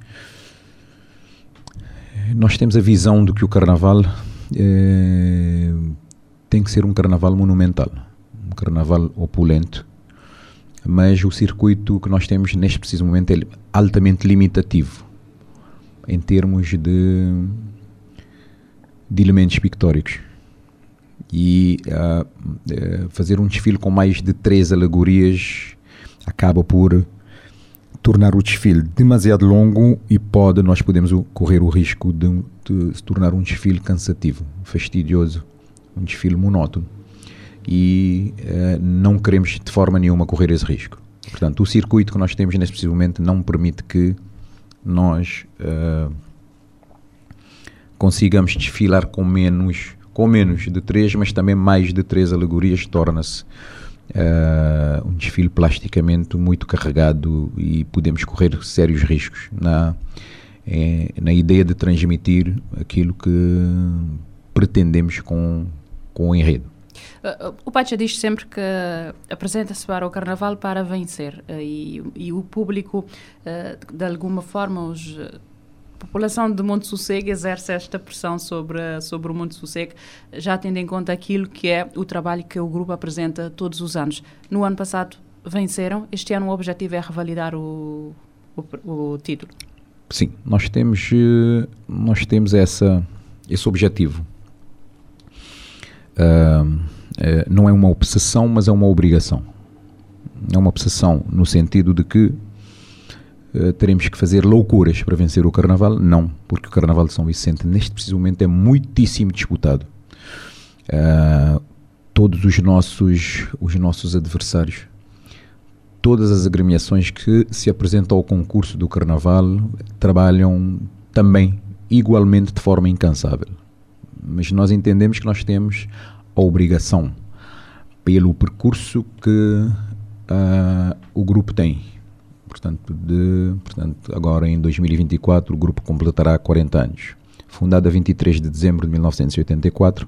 nós temos a visão de que o Carnaval uh, tem que ser um Carnaval monumental, um Carnaval opulento, mas o circuito que nós temos neste preciso momento é altamente limitativo em termos de, de elementos pictóricos. E uh, uh, fazer um desfile com mais de três alegorias acaba por tornar o desfile demasiado longo e pode, nós podemos correr o risco de, de se tornar um desfile cansativo, fastidioso, um desfile monótono. E uh, não queremos de forma nenhuma correr esse risco. Portanto, o circuito que nós temos neste preciso momento não permite que nós uh, consigamos desfilar com menos, com menos de três, mas também mais de três alegorias. Torna-se uh, um desfile plasticamente muito carregado e podemos correr sérios riscos na, eh, na ideia de transmitir aquilo que pretendemos com, com o enredo. Uh, o Pacha diz sempre que apresenta-se para o Carnaval para vencer uh, e, e o público, uh, de alguma forma, os, a população de Monte Sossego exerce esta pressão sobre, sobre o Monte Sossego, já tendo em conta aquilo que é o trabalho que o grupo apresenta todos os anos. No ano passado venceram, este ano o objetivo é revalidar o, o, o título. Sim, nós temos, nós temos essa, esse objetivo. uh, uh, não é uma obsessão, mas é uma obrigação. É uma obsessão no sentido de que uh, teremos que fazer loucuras para vencer o Carnaval? Não, porque o Carnaval de São Vicente, neste preciso momento, é muitíssimo disputado. Uh, todos os nossos, os nossos adversários, todas as agremiações que se apresentam ao concurso do Carnaval trabalham também igualmente de forma incansável. Mas nós entendemos que nós temos a obrigação, pelo percurso que uh, o grupo tem. Portanto, de, portanto, agora em dois mil e vinte e quatro o grupo completará quarenta anos. Fundado a vinte e três de dezembro de mil novecentos e oitenta e quatro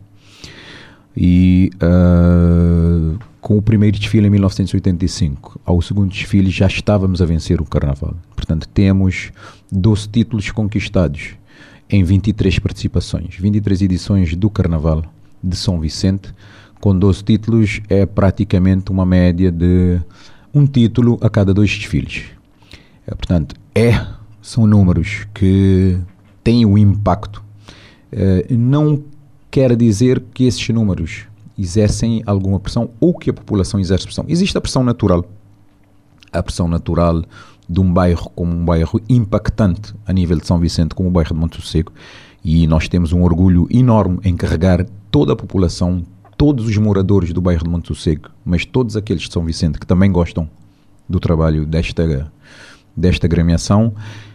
e uh, com o primeiro desfile em mil novecentos e oitenta e cinco. Ao segundo desfile já estávamos a vencer o Carnaval. Portanto, temos doze títulos conquistados em vinte e três participações, vinte e três edições do Carnaval de São Vicente, com doze títulos é praticamente uma média de um título a cada dois desfiles. É, portanto, é, são números que têm um impacto. É, não quer dizer que esses números exercem alguma pressão ou que a população exerce pressão. Existe a pressão natural. A pressão natural de um bairro como um bairro impactante a nível de São Vicente, como o bairro de Monte Sossego, e nós temos um orgulho enorme em carregar toda a população, todos os moradores do bairro de Monte Sossego, mas todos aqueles de São Vicente que também gostam do trabalho desta, desta agremiação,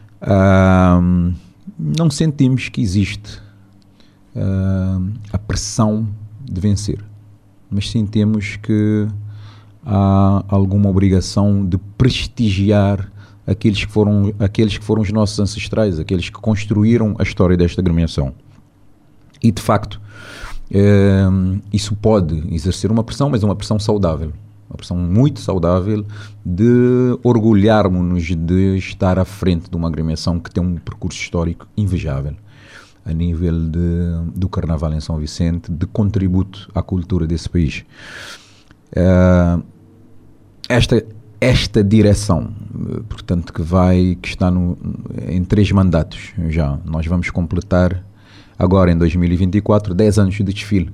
uh, não sentimos que existe uh, a pressão de vencer, mas sentimos que há alguma obrigação de prestigiar aqueles que foram, aqueles que foram os nossos ancestrais, aqueles que construíram a história desta agremiação. E, de facto, eh, isso pode exercer uma pressão, mas é uma pressão saudável. Uma pressão muito saudável de orgulharmos-nos de estar à frente de uma agremiação que tem um percurso histórico invejável a nível de, do Carnaval em São Vicente, de contributo à cultura desse país. Eh, esta Esta direção, portanto, que vai, que está no, em três mandatos já, nós vamos completar agora em dois mil e vinte e quatro dez anos de desfile.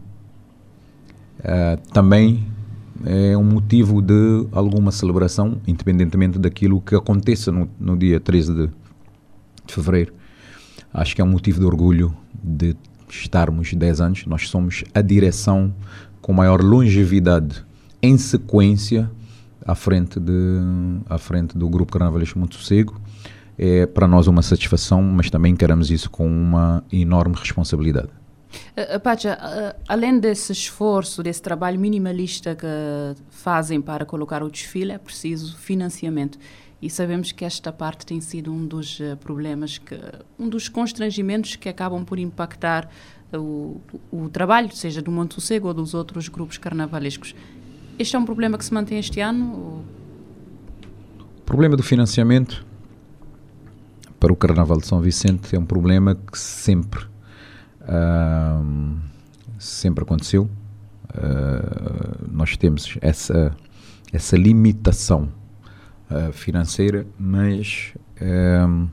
Uh, também é um motivo de alguma celebração, independentemente daquilo que aconteça no, no dia treze de, de fevereiro. Acho que é um motivo de orgulho de estarmos dez anos. Nós somos a direção com maior longevidade em sequência à frente, de, à frente do Grupo Carnavalesco Monte Sossego. É para nós uma satisfação, mas também encaramos isso com uma enorme responsabilidade. Uh, Pacha, uh, além desse esforço, desse trabalho minimalista que fazem para colocar o desfile, é preciso financiamento. E sabemos que esta parte tem sido um dos uh, problemas, que, um dos constrangimentos que acabam por impactar uh, o, o trabalho, seja do Monte Sossego ou dos outros grupos carnavalescos. Este é um problema que se mantém este ano? Ou... O problema do financiamento para o Carnaval de São Vicente é um problema que sempre, uh, sempre aconteceu. Uh, nós temos essa, essa limitação uh, financeira, mas uh,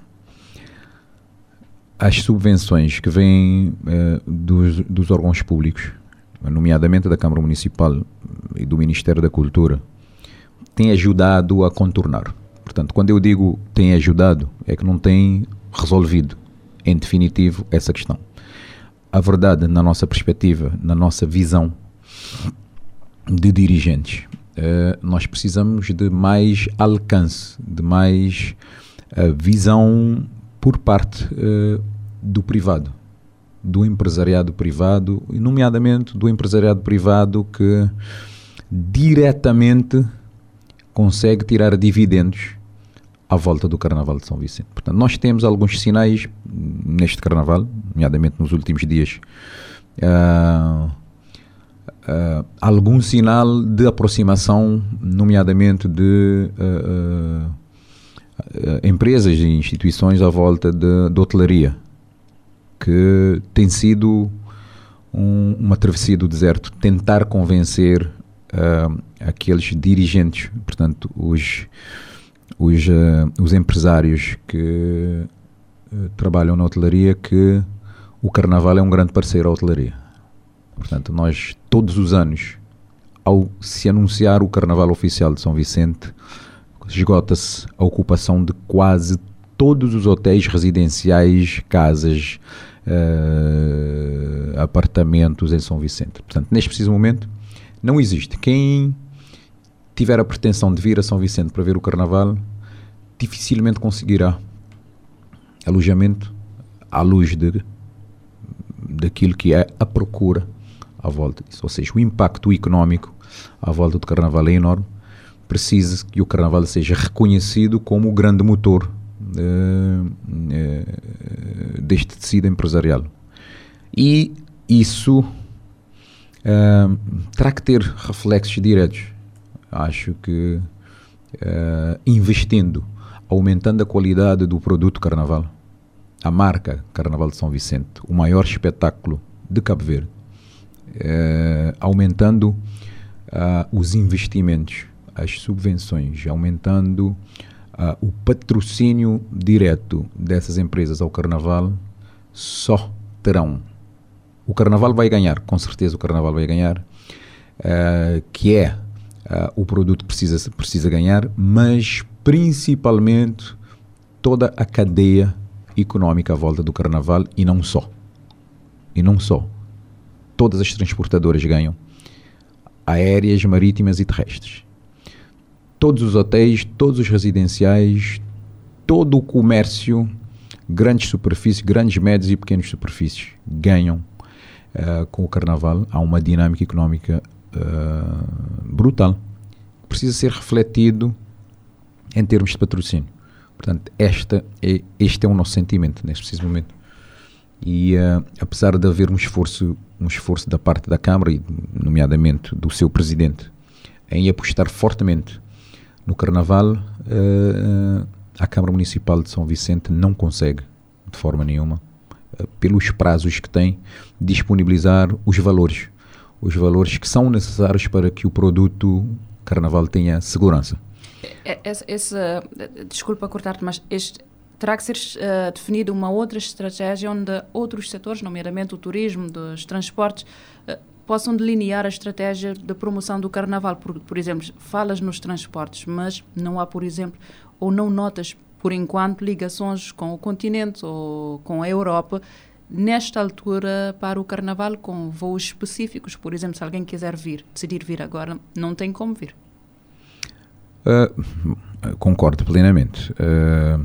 as subvenções que vêm uh, dos, dos órgãos públicos, nomeadamente da Câmara Municipal e do Ministério da Cultura, tem ajudado a contornar. Portanto, quando eu digo tem ajudado, é que não tem resolvido, em definitivo, essa questão. A verdade, na nossa perspectiva, na nossa visão de dirigentes, uh, nós precisamos de mais alcance, de mais uh, visão por parte uh, do privado, do empresariado privado, nomeadamente do empresariado privado que diretamente consegue tirar dividendos à volta do Carnaval de São Vicente. Portanto, nós temos alguns sinais neste Carnaval, nomeadamente nos últimos dias, uh, uh, algum sinal de aproximação, nomeadamente de uh, uh, uh, empresas e instituições à volta de, de hotelaria, que tem sido um, uma travessia do deserto, tentar convencer uh, aqueles dirigentes, portanto, os, os, uh, os empresários que uh, trabalham na hotelaria, que o Carnaval é um grande parceiro à hotelaria. Portanto, nós todos os anos, ao se anunciar o Carnaval Oficial de São Vicente, esgota-se a ocupação de quase todos os hotéis residenciais, casas, uh, apartamentos em São Vicente. Portanto, neste preciso momento, não existe. Quem tiver a pretensão de vir a São Vicente para ver o Carnaval, dificilmente conseguirá alojamento à luz de, daquilo que é a procura à volta disso. Ou seja, o impacto económico à volta do Carnaval é enorme. Precisa que o Carnaval seja reconhecido como o grande motor uh, uh, deste tecido empresarial. E isso uh, terá que ter reflexos diretos. Acho que uh, investindo, aumentando a qualidade do produto Carnaval, a marca Carnaval de São Vicente, o maior espetáculo de Cabo Verde, uh, aumentando uh, os investimentos, as subvenções, aumentando uh, o patrocínio direto dessas empresas ao Carnaval, só terão. O Carnaval vai ganhar, com certeza o Carnaval vai ganhar, uh, que é uh, o produto que precisa, precisa ganhar, mas principalmente toda a cadeia económica à volta do Carnaval, e não só. E não só. Todas as transportadoras ganham, aéreas, marítimas e terrestres. Todos os hotéis, todos os residenciais, todo o comércio, grandes superfícies, grandes, médios e pequenas superfícies ganham uh, com o Carnaval. Há uma dinâmica económica uh, brutal. Precisa ser refletido em termos de patrocínio. Portanto, esta é, este é o nosso sentimento neste preciso momento. E uh, apesar de haver um esforço, um esforço da parte da Câmara, e nomeadamente do seu Presidente, em apostar fortemente no Carnaval, uh, a Câmara Municipal de São Vicente não consegue, de forma nenhuma, uh, pelos prazos que tem, disponibilizar os valores. Os valores que são necessários para que o produto Carnaval tenha segurança. Esse, esse, desculpa cortar-te, mas este, terá que ser uh, definida uma outra estratégia onde outros setores, nomeadamente o turismo, dos transportes, uh, possam delinear a estratégia de promoção do Carnaval. Por, por exemplo, falas nos transportes, mas não há, por exemplo, ou não notas, por enquanto, ligações com o continente ou com a Europa, nesta altura, para o Carnaval, com voos específicos. Por exemplo, se alguém quiser vir, decidir vir agora, não tem como vir. Uh, concordo plenamente. Uh,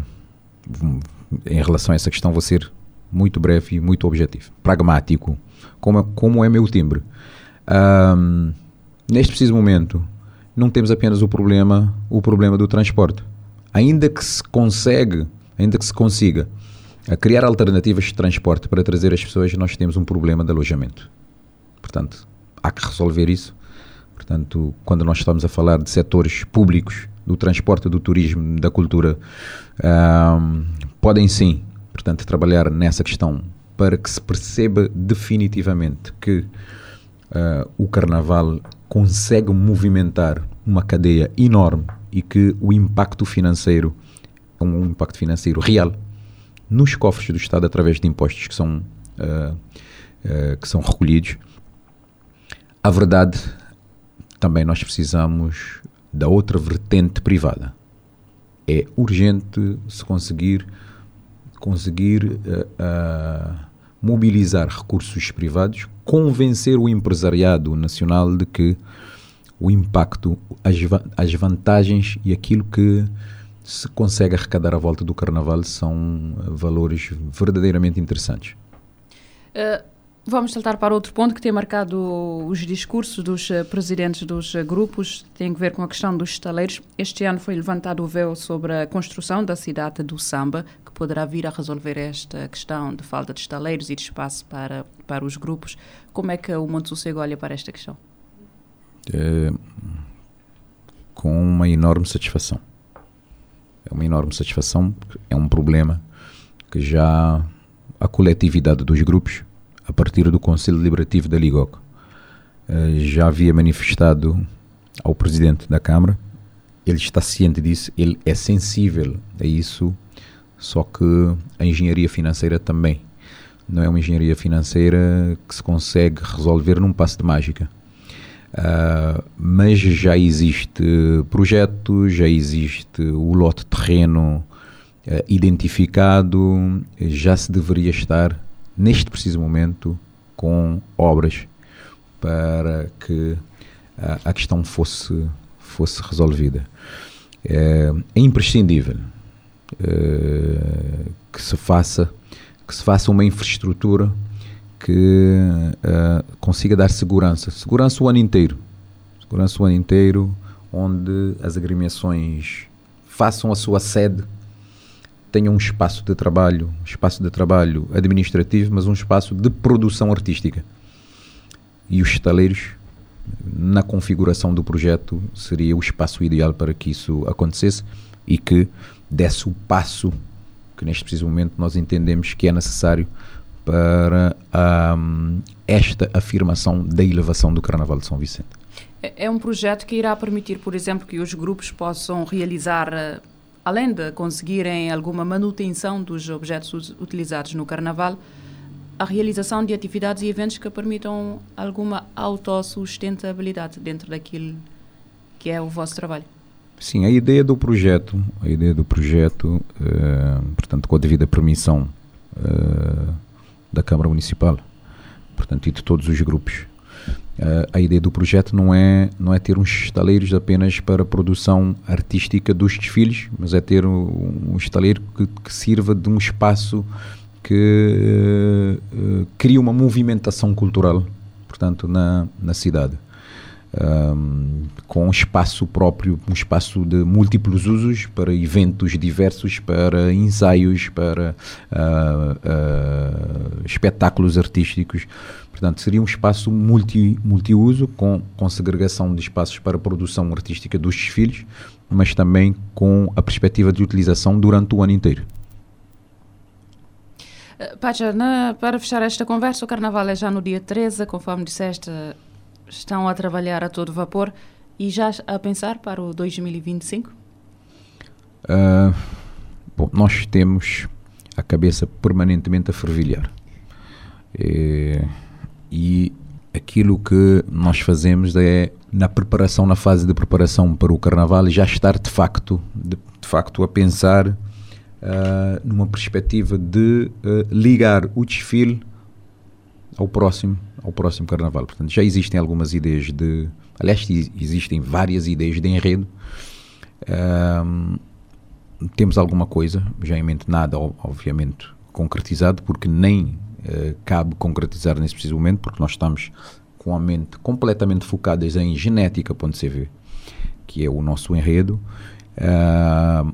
em relação a essa questão, vou ser muito breve e muito objetivo, pragmático, como é, como é meu timbre. Uh, neste preciso momento, não temos apenas o problema, o problema do transporte. Ainda que se consegue, ainda que se consiga uh, criar alternativas de transporte para trazer as pessoas, nós temos um problema de alojamento. Portanto, há que resolver isso. Portanto, quando nós estamos a falar de setores públicos, do transporte, do turismo, da cultura, um, podem sim, portanto, trabalhar nessa questão para que se perceba definitivamente que uh, o Carnaval consegue movimentar uma cadeia enorme e que o impacto financeiro é um impacto financeiro real nos cofres do Estado através de impostos que são, uh, uh, que são recolhidos. A verdade, também nós precisamos da outra vertente privada. É urgente se conseguir, conseguir uh, uh, mobilizar recursos privados, convencer o empresariado nacional de que o impacto, as, as vantagens e aquilo que se consegue arrecadar à volta do Carnaval são valores verdadeiramente interessantes. Uh... Vamos saltar para outro ponto que tem marcado os discursos dos uh, presidentes dos uh, grupos, tem a ver com a questão dos estaleiros. Este ano foi levantado o véu sobre a construção da cidade do Samba, que poderá vir a resolver esta questão de falta de estaleiros e de espaço para, para os grupos. Como é que o Monte Sossego olha para esta questão? É, com uma enorme satisfação. É uma enorme satisfação, porque é um problema que já a coletividade dos grupos, a partir do Conselho Deliberativo da Ligoc, já havia manifestado ao Presidente da Câmara. Ele está ciente disso, ele é sensível a isso, só que a engenharia financeira também não é uma engenharia financeira que se consegue resolver num passo de mágica. Uh, mas já existe projeto, já existe o lote de terreno uh, identificado, já se deveria estar, neste preciso momento, com obras para que uh, a questão fosse, fosse resolvida. Uh, é imprescindível uh, que se faça que se faça uma infraestrutura que uh, consiga dar segurança, segurança o ano inteiro, segurança o ano inteiro, onde as agremiações façam a sua sede, tenham um espaço de trabalho, um espaço de trabalho administrativo, mas um espaço de produção artística. E os estaleiros, na configuração do projeto, seria o espaço ideal para que isso acontecesse e que desse o passo que neste preciso momento nós entendemos que é necessário para um, esta afirmação da elevação do Carnaval de São Vicente. É um projeto que irá permitir, por exemplo, que os grupos possam realizar, além de conseguirem alguma manutenção dos objetos utilizados no Carnaval, a realização de atividades e eventos que permitam alguma autossustentabilidade dentro daquilo que é o vosso trabalho. Sim, a ideia do projeto, a ideia do projeto, uh, portanto, com a devida permissão uh, da Câmara Municipal, portanto, e de todos os grupos, uh, a ideia do projeto não é, não é ter uns estaleiros apenas para a produção artística dos desfiles, mas é ter um, um estaleiro que, que sirva de um espaço que uh, uh, cria uma movimentação cultural, portanto, na, na cidade. Um, com um espaço próprio, um espaço de múltiplos usos para eventos diversos, para ensaios, para uh, uh, espetáculos artísticos. Portanto, seria um espaço multi, multiuso, com, com segregação de espaços para a produção artística dos desfiles, mas também com a perspectiva de utilização durante o ano inteiro. Uh, Pacha, na, para fechar esta conversa, o Carnaval é já no dia treze, conforme disseste. Estão a trabalhar a todo vapor e já a pensar para o dois mil e vinte e cinco? Uh, bom, nós temos a cabeça permanentemente a fervilhar. E, e aquilo que nós fazemos é, na preparação, na fase de preparação para o Carnaval, já estar de facto, de, de facto a pensar uh, numa perspectiva de uh, ligar o desfile ao próximo, ao próximo Carnaval. Portanto, já existem algumas ideias de... Aliás, existem várias ideias de enredo. Um, temos alguma coisa, já em mente, nada, obviamente, concretizado, porque nem uh, cabe concretizar nesse preciso momento, porque nós estamos com a mente completamente focadas em genética.cv, que é o nosso enredo. Uh,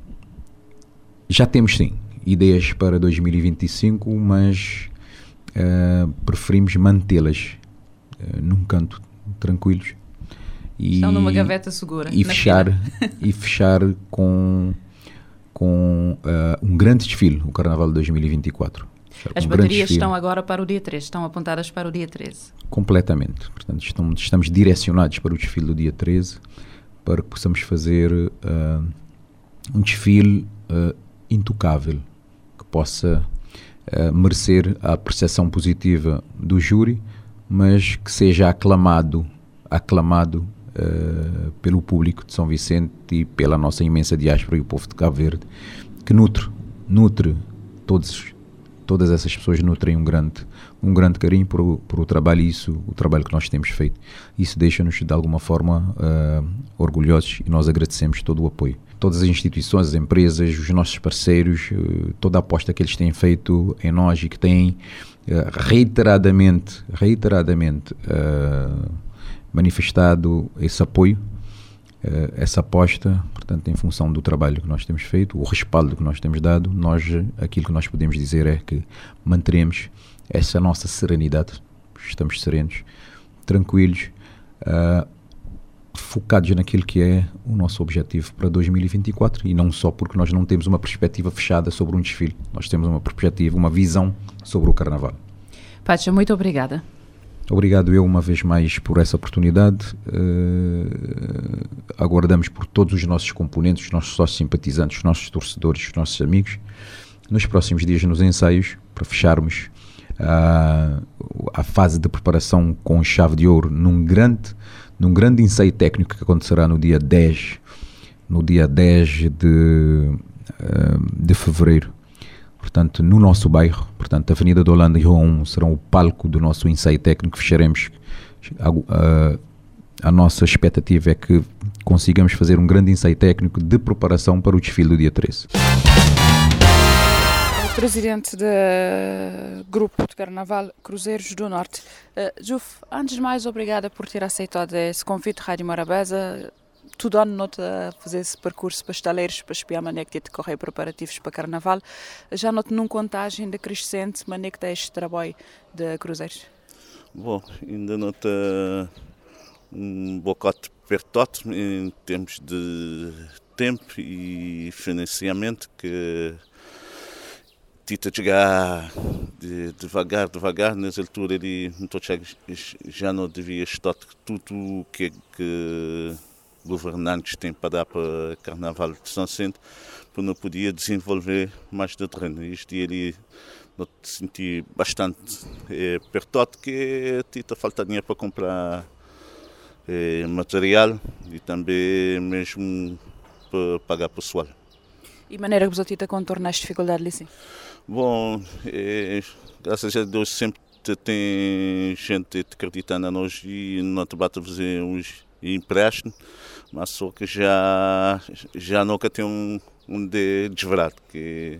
já temos, sim, ideias para dois mil e vinte e cinco, mas... Uh, preferimos mantê-las uh, num canto tranquilos e, estão numa gaveta segura e fechar e fechar com com uh, um grande desfile, o Carnaval de dois mil e vinte e quatro. As um baterias estão agora para o dia treze, estão apontadas para o dia treze. Completamente, portanto estamos, estamos direcionados para o desfile do dia treze, para que possamos fazer uh, um desfile uh, intocável, que possa Uh, merecer a apreciação positiva do júri, mas que seja aclamado, aclamado uh, pelo público de São Vicente e pela nossa imensa diáspora e o povo de Cabo Verde, que nutre, nutre todos, todas essas pessoas nutrem um grande, um grande carinho por, o, por o trabalho, isso, o trabalho que nós temos feito. Isso deixa-nos de alguma forma uh, orgulhosos e nós agradecemos todo o apoio. Todas as instituições, as empresas, os nossos parceiros, toda a aposta que eles têm feito em nós e que têm uh, reiteradamente, reiteradamente uh, manifestado esse apoio, uh, essa aposta, portanto, em função do trabalho que nós temos feito, o respaldo que nós temos dado, nós, aquilo que nós podemos dizer é que manteremos essa nossa serenidade, estamos serenos, tranquilos, uh, focados naquilo que é o nosso objetivo para dois mil e vinte e quatro, e não só porque nós não temos uma perspectiva fechada sobre um desfile, nós temos uma perspectiva, uma visão sobre o Carnaval. Pacha, muito obrigada. Obrigado eu uma vez mais por essa oportunidade. Uh, aguardamos por todos os nossos componentes, os nossos sócios simpatizantes, os nossos torcedores, os nossos amigos, nos próximos dias nos ensaios, para fecharmos uh, a fase de preparação com chave de ouro num grande, num grande ensaio técnico que acontecerá no dia dez, no dia dez de, uh, de fevereiro. Portanto, no nosso bairro, portanto, a Avenida da Holanda e Rua um serão o palco do nosso ensaio técnico. Fecharemos. Uh, a nossa expectativa é que consigamos fazer um grande ensaio técnico de preparação para o desfile do dia treze. Presidente do Grupo de Carnaval Cruzeiros do Norte. Uh, Juf, antes de mais, obrigada por ter aceitado esse convite de Rádio Morabeza. Tudo ano noto a fazer esse percurso para estaleiros, para espiar maneira que decorrer preparativos para Carnaval. Já noto num contagem de crescente, maneira que tem este trabalho de Cruzeiros? Bom, ainda noto um bocote perto em termos de tempo e financiamento que tenta chegar de, devagar, devagar. Nessa altura ele já não devia estar tudo o que, que governantes têm para dar para o Carnaval de São Centro, porque não podia desenvolver mais de terreno. Isto ele não senti bastante é, perto que tenta falta dinheiro para comprar é, material e também mesmo para pagar pessoal. E maneira que você contorna as dificuldades ali, sim? Bom, é, graças a Deus sempre tem gente acreditando a nós e não te bate a fazer uns empréstimos, mas só que já, já nunca tem um, um de desverado, que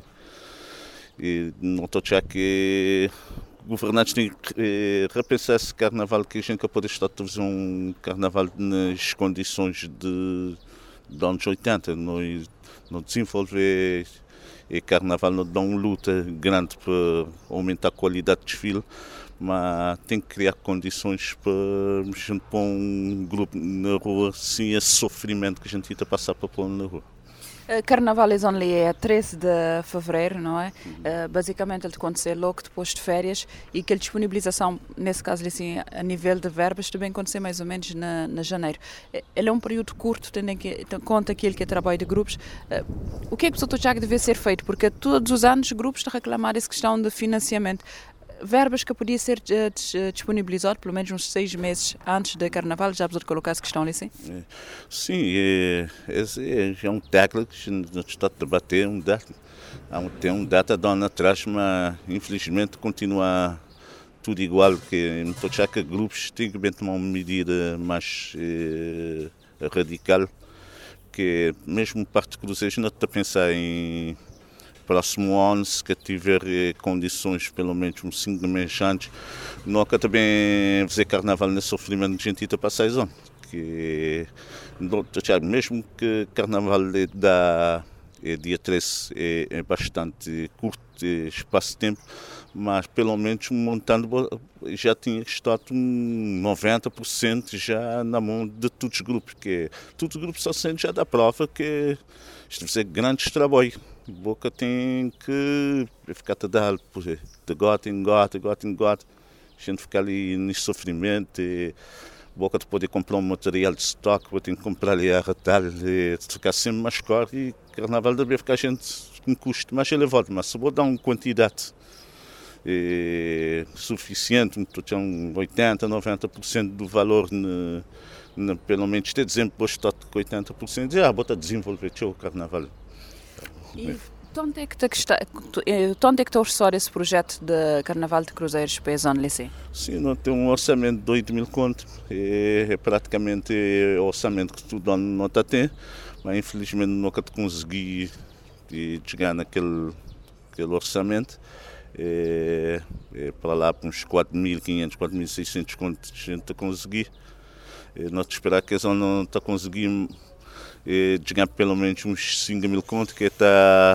e não estou a achar que governantes têm que repensar esse carnaval, que a gente pode estar a fazer um carnaval nas condições de, de anos oitenta, não, não desenvolver e carnaval não dá uma luta grande para aumentar a qualidade do desfile, mas tem que criar condições para a gente pôr um grupo na rua sem esse sofrimento que a gente ia passar para pôr na rua. Carnaval é only é treze de fevereiro, não é? Uh, basicamente ele acontecer logo depois de férias e que a disponibilização, nesse caso assim, a nível de verbas, também acontecer mais ou menos na, na janeiro. Ele é um período curto, tendo em conta aquilo que é trabalho de grupos. Uh, o que é que o doutor Tiago deve ser feito? Porque todos os anos grupos de reclamar essa questão de financiamento. Verbas que podia ser uh, disponibilizado pelo menos uns seis meses antes do Carnaval, já precisa colocar essa questão ali, sim? É, sim, é, é, é um tecla que a gente está a debater, um data, tem um data de ano atrás, mas infelizmente continua tudo igual, que não estou a achar que grupos têm que tomar uma medida mais é, radical, que mesmo parte de cruzeiros não está a pensar em próximo ano, se tiver eh, condições, pelo menos uns cinco meses antes, nunca também fazer carnaval nesse sofrimento de gente para seis anos. Que, mesmo que carnaval é, da, é dia treze é, é bastante curto é, espaço de tempo, mas pelo menos um montante já tinha estado um noventa por cento já na mão de todos os grupos, que todos os grupos só sendo já da prova que isto vai ser grandes trabalho. Boca tem que ficar a dar de gota em gota, gota em gota, a gente ficar ali nesse sofrimento. E Boca de poder comprar um material de estoque, tem que comprar ali a retalho, ficar sempre mais caro. E carnaval deve ficar a gente com custo mais elevado, mas se vou dar uma quantidade é, suficiente, um oitenta, noventa por cento do valor, ne, ne, pelo menos até dezembro, depois está com oitenta por cento, já bota a desenvolver o carnaval. E onde é que está onde é que está orçado esse projeto de Carnaval de Cruzeiros para a Zona Liceu? Sim, não tem um orçamento de oito mil contos, é, é praticamente o orçamento que todo ano não está tendo, mas infelizmente nunca consegui chegar naquele aquele orçamento. É, é para lá para uns quatro mil e quinhentos, quatro mil e seiscentos contos a gente conseguir. É, não te esperar que a zona não está conseguindo é, chegar pelo menos uns cinco mil contos, que está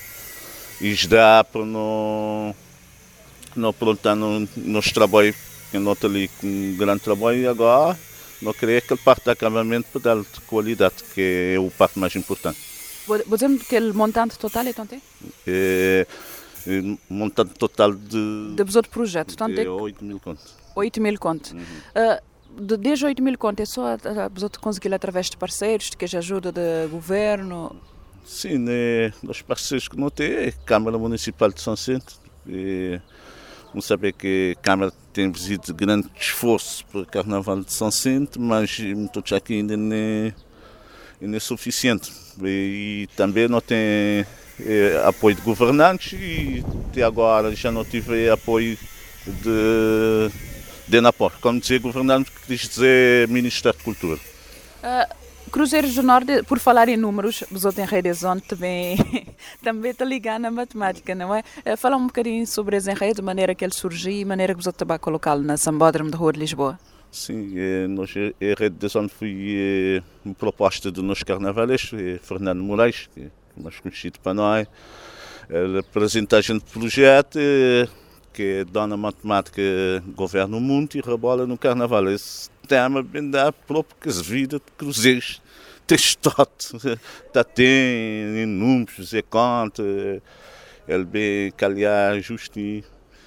e dá para não não aprontar no nosso trabalho, que não está ali com um grande trabalho, e agora não queria aquele parte de acabamento para dar de qualidade, que é o parte mais importante. Vou dizer que o montante total é tanto? É, é montante total de... De outro projeto, tanto é oito mil contos. oito mil contos. Uhum. Uh, de, desde oito mil contos, é só a, a, a conseguir através de parceiros, de que ajuda do governo? Sim, né, os parceiros que não tem é a Câmara Municipal de São Centro, é, Vamos saber que a Câmara tem exigido grande esforço para o Carnaval de São Vicente, mas muitos aqui ainda não é, não é suficiente. E, e também não tem é, apoio de governantes e até agora já não tive apoio de, de Napor. Como dizer governante, quis dizer Ministério de Cultura. Uh, Cruzeiros do Norte, por falar em números, os outros em Redezone também também está ligado na matemática, não é? Uh, fala um bocadinho sobre esse enredo, de maneira que ele surgiu e maneira que os outros também colocá-lo na Sambódromo da Rua de Lisboa. Sim, é, nós, a Redezone foi é, uma proposta do nosso carnavalês, é, Fernando Moraes, que é mais conhecido para nós, a apresentagem do projeto, é, que é Dona Matemática Governa o Mundo e rebola no Carnaval. Esse tema bem da própria vida de cruzeiros. Tem história, tá, tem números, é conta, ele bem calhar justinho.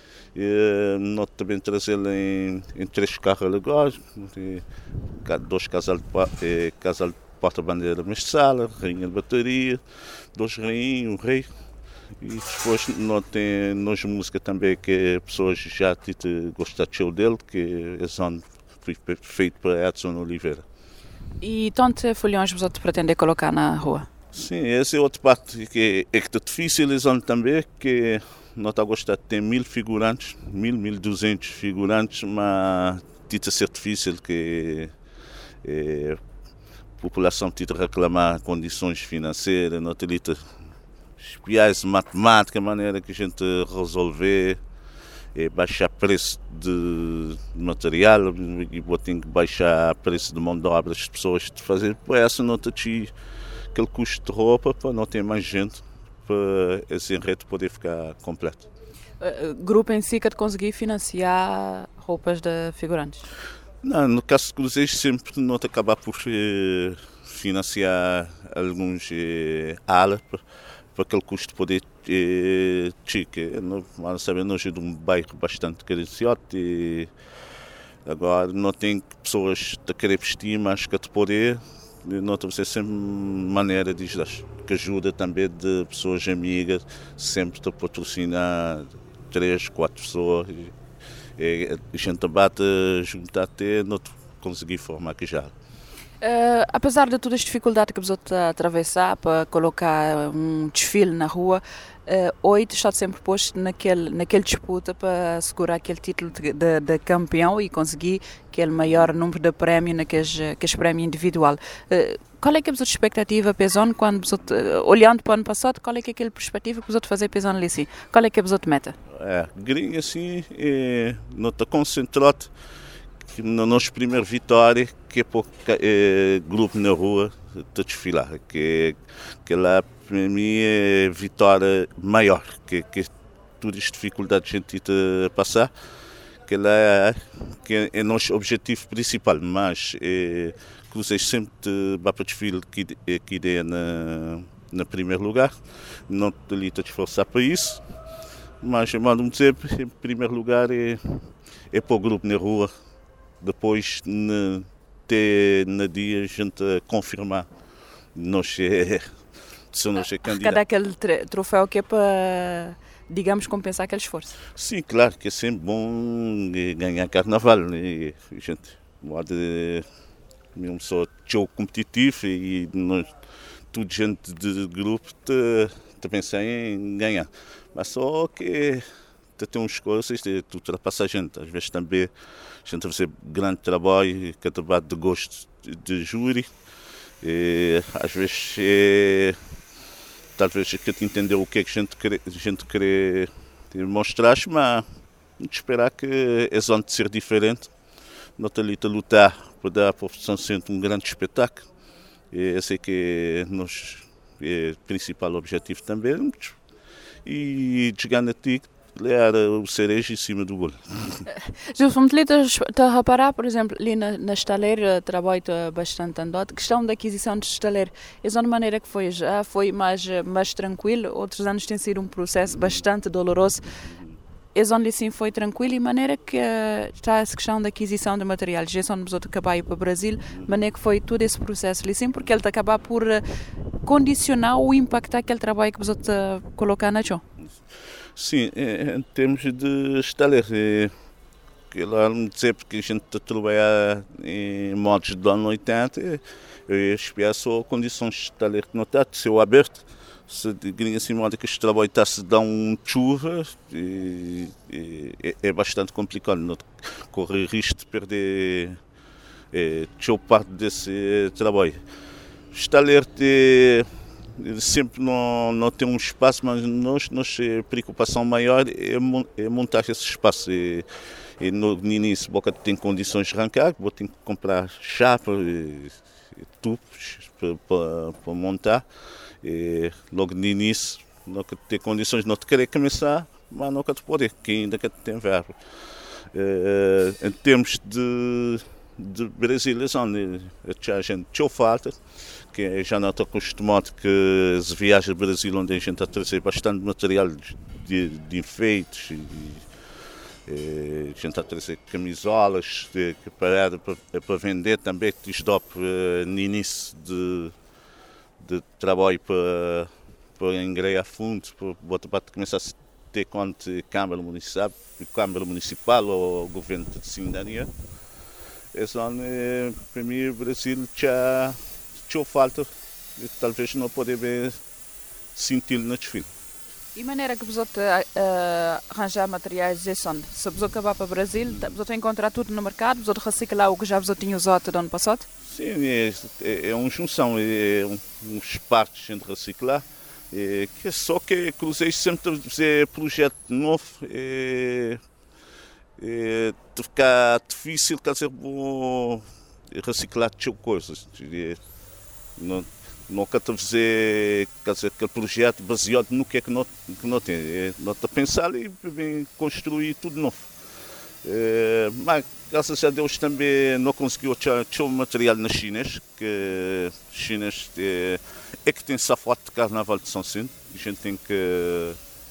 Nós também trazê-lo em, em três carros alegóricos, dois casal de, casal de porta-bandeira mestre-sala, rainha de bateria, dois rainhos, um rei. E depois nós temos música também que pessoas já gostam de show dele, que é zona foi feito por Edson Oliveira. E tanto folhões você pretende colocar na rua? Sim, essa é outra parte que é, que é difícil, é zona também, que nós estamos gostando de ter mil figurantes, mil, mil e duzentos figurantes, mas tita ser difícil que é, a população tita reclamar condições financeiras, não tem espiais matemática, a maneira que a gente resolver, é baixar preço de material e tem que baixar preço de mão de obra das pessoas de fazer, por essa não tem aquele custo de roupa para não ter mais gente para esse enredo poder ficar completo. O grupo em si que conseguir financiar roupas de figurantes? Não, no caso de cruzeiros sempre não acabar por eh, financiar alguns eh, alas para, para aquele custo poder eh, chique. Nós sabemos nós é de um bairro bastante carencioso e agora não tem pessoas a querer vestir, mas que te poder não tem sempre maneira de ajudar, que ajuda também de pessoas amigas, sempre a patrocinar três, quatro pessoas. E, e, a gente bate juntar até não conseguir formar que já. Uh, apesar de todas as dificuldades que você está a atravessar para colocar um desfile na rua, uh, oito está sempre posto naquele, naquele disputa para segurar aquele título de, de, de campeão e conseguir aquele maior número de prémios naqueles, naqueles prémios individual. Uh, qual é que é a sua expectativa, Pezone, quando você, uh, olhando para o ano passado, qual é que é aquela perspectiva que você fazer Pezone ali assim? Qual é que é a sua meta? É, gringa assim, é, não está concentrado na nossa primeira vitória, que é pouco é, grupo na rua de desfilar, que, que lá para mim é vitória maior, que, que todas as dificuldades que a gente está a passar, que lá é, que é nosso objetivo principal, mas é, cruzei sempre para o desfile que, que ideia na, na primeiro lugar, não estou a esforçar para isso, mas eu mando-me dizer, em primeiro lugar é, é para o grupo na rua. Depois, na, ter na dia, a gente a confirmar nós é, se nós é candidato. Cada aquele troféu que é para, digamos, compensar aquele esforço. Sim, claro, que é sempre bom ganhar carnaval. Né? A gente pode, mesmo só show competitivo e nós, toda gente de grupo te, te pensa em ganhar. Mas só que tem uns coisas de ultrapassar a gente. Às vezes também a gente faz grande trabalho, que é trabalho de gosto de júri. E, às vezes, é, talvez a gente entendeu o que é que a gente quer, a gente quer mostrar, mas esperar que é zona de ser diferente. Nós estamos a lutar para dar à população sempre um grande espetáculo. E esse é que é o nosso é, principal objetivo também. E chegar na T I C, era o cereja em cima do bolo. Gilson, está a reparar, por exemplo, ali na, na estaleira, trabalho bastante andado. Questão da aquisição de estaleiro, é só de maneira que foi já, foi mais, mais tranquilo. Outros anos tem sido um processo bastante doloroso. É onde sim foi tranquilo e maneira que uh, está essa questão da aquisição de material. Já são nos outros acabar para o Brasil, maneira que foi todo esse processo ali sim, porque ele está acabar por uh, condicionar ou impactar aquele trabalho que você uh, colocar na chão. Sim, em termos de estaleiro, é, que lá me dizer porque a gente trabalha em modos dos anos oitenta, eu espero só condições de estaleiro que não está, de céu aberto, se de assim modo que este trabalho está se dá um chuva, e, e, é, é bastante complicado, não correr risco de perder é, parte desse trabalho. Estaleiro é, sempre não, não tem um espaço, mas nós, nossa preocupação maior é, é montar esse espaço. E, e no, no início, boca tem condições de arrancar, vou ter que comprar chapa e, e tubos para, para, para montar. E logo no início, não tem condições de não te querer começar, mas não te poder, que ainda que tem verbo. E, em termos de, de Brasil, a gente tinha falta, que já não estou acostumado que as viagens ao Brasil, onde a gente está a trazer bastante material de, de enfeites, e, e, a gente está a trazer camisolas de, que para, para, para vender também, que desdope uh, no início de, de trabalho para, para engrear fundo, para, para começar a ter conta de Câmara Municipal, Câmara Municipal ou Governo de Cidadania. Então, para mim, o Brasil já tinha falta e talvez não poder sentir no desfile. E maneira que você uh, arranjar materiais de som? Se você acabar para o Brasil, você encontrar tudo no mercado, você reciclar o que já você tinha usado do ano passado? Sim, é, é, é uma junção, é um, uns partes de reciclar, é, que só que cruzei sempre a fazer projeto novo, é, é, ficar difícil, quer dizer, vou reciclar de coisas. É, não, não quero fazer, quer dizer, aquele projeto baseado no que é que não, que não tem. É, não está a pensar e construir tudo novo. É, mas, graças a Deus, também não conseguiu achar o material nas Chinas, que Chinas é, é que tem essa foto de Carnaval de São Vicente. A gente tem que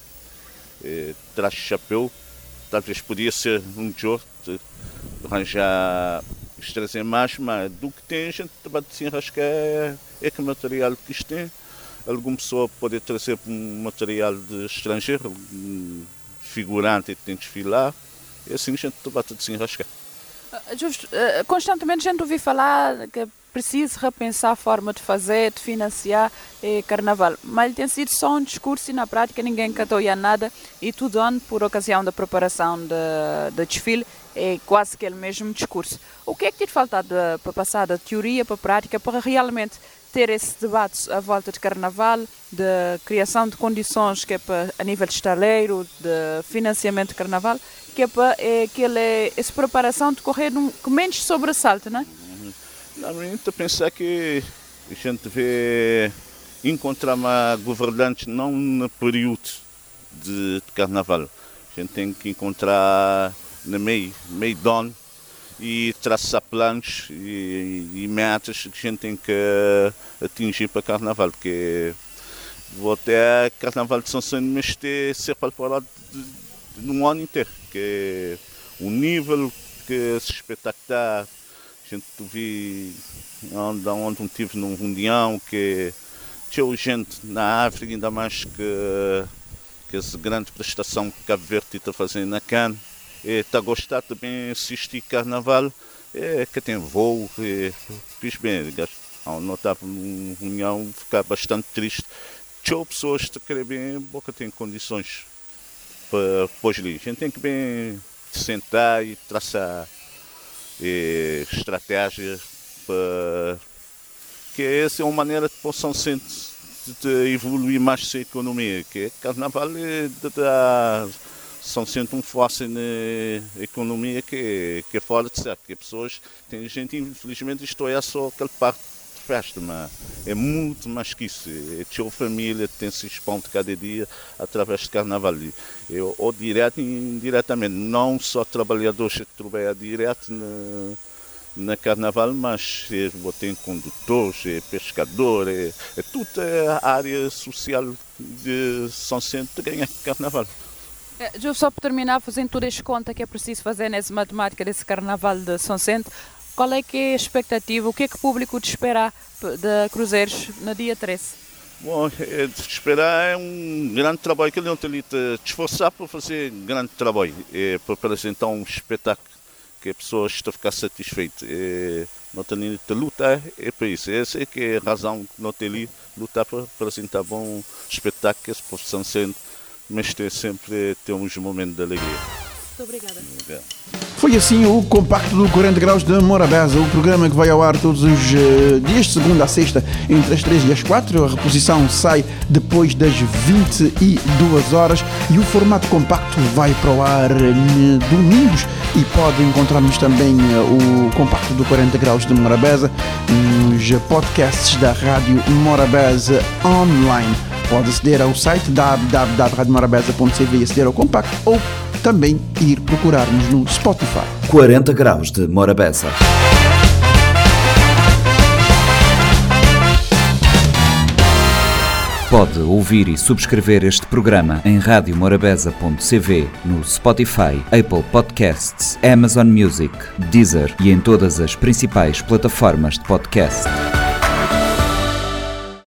é, trazer chapéu. Talvez podia ser um jogo de arranjar, trazer mais, mas do que tem, a gente pode se enrascar é, é que material que isto tem. Alguma pessoa pode trazer um material de estrangeiro, um figurante que tem que desfilar, e assim a gente pode se enrascar. Justo, constantemente a gente ouve falar que é preciso repensar a forma de fazer, de financiar o carnaval, mas tem sido só um discurso e na prática ninguém catou nada e tudo ano por ocasião da preparação do desfile é quase aquele mesmo discurso. O que é que tem faltado para passar da teoria para a prática para realmente ter esse debate à volta de carnaval, de criação de condições que é para, a nível de estaleiro, de financiamento de carnaval, que é para é, aquele, essa preparação de correr num, com menos sobressalto, não é? Na verdade, pensar que a gente vê encontrar uma governante não no período de, de carnaval. A gente tem que encontrar no meio, meio do ano e traçar planos e, e metas que a gente tem que atingir para carnaval. Porque vou até carnaval de São Vicente, mas ter ser preparado num ano inteiro. Que o nível que se espetacular. A gente vi onde, onde um tive num reunião que tinha gente na África, ainda mais que, que essa grande prestação que Cabo Verde está fazendo na Cana. Está a gostar também de assistir carnaval, é, que tem voo, é, fiz bem. Não estava numa reunião, ficar bastante triste. Tinha pessoas que querem bem, boca tem condições para pôr ali. A gente tem que bem sentar e traçar e estratégias para que essa é uma maneira de São Vicente de evoluir mais a economia, que é carnaval é de dar São Vicente um força na economia que, que é fora de certo, que as pessoas, tem gente, infelizmente isto é só aquela parte de festa, mas é muito mais que isso, é a família tem se expõe cada dia através de carnaval, eu, ou direto e indiretamente, não só trabalhadores que trabalham direto na, na carnaval, mas é, tem condutores, é pescador, é, é toda a área social de São Vicente que ganha carnaval. É, só para terminar, fazendo toda esta conta que é preciso fazer nessa matemática desse carnaval de São Vicente, qual é que é a expectativa, o que é que o público te espera de cruzeiros no dia treze? Bom, é de esperar é um grande trabalho que ele não tem de esforçar para fazer um grande trabalho, é, para apresentar um espetáculo que a pessoa está a ficar satisfeita. É, não tem de lutar, é para isso. Essa é que é a razão que não tem de lutar para apresentar bom espetáculo, que a profissão sendo, mas ter sempre ter uns momentos de alegria. Muito obrigada. Obrigado. Foi assim o compacto do quarenta graus de Morabeza, o programa que vai ao ar todos os uh, dias, de segunda a sexta, entre as três e as quatro. A reposição sai depois das vinte e duas horas e o formato compacto vai para o ar uh, domingos, e pode encontrarmos também uh, o compacto do quarenta graus de Morabeza nos podcasts da Rádio Morabeza online. Pode aceder ao site w w w ponto rádio morabeza ponto c v e aceder ao compacto, ou também ir procurar-nos no Spotify. quarenta graus de Morabeza. Pode ouvir e subscrever este programa em rádio morabeza ponto c v, no Spotify, Apple Podcasts, Amazon Music, Deezer e em todas as principais plataformas de podcast.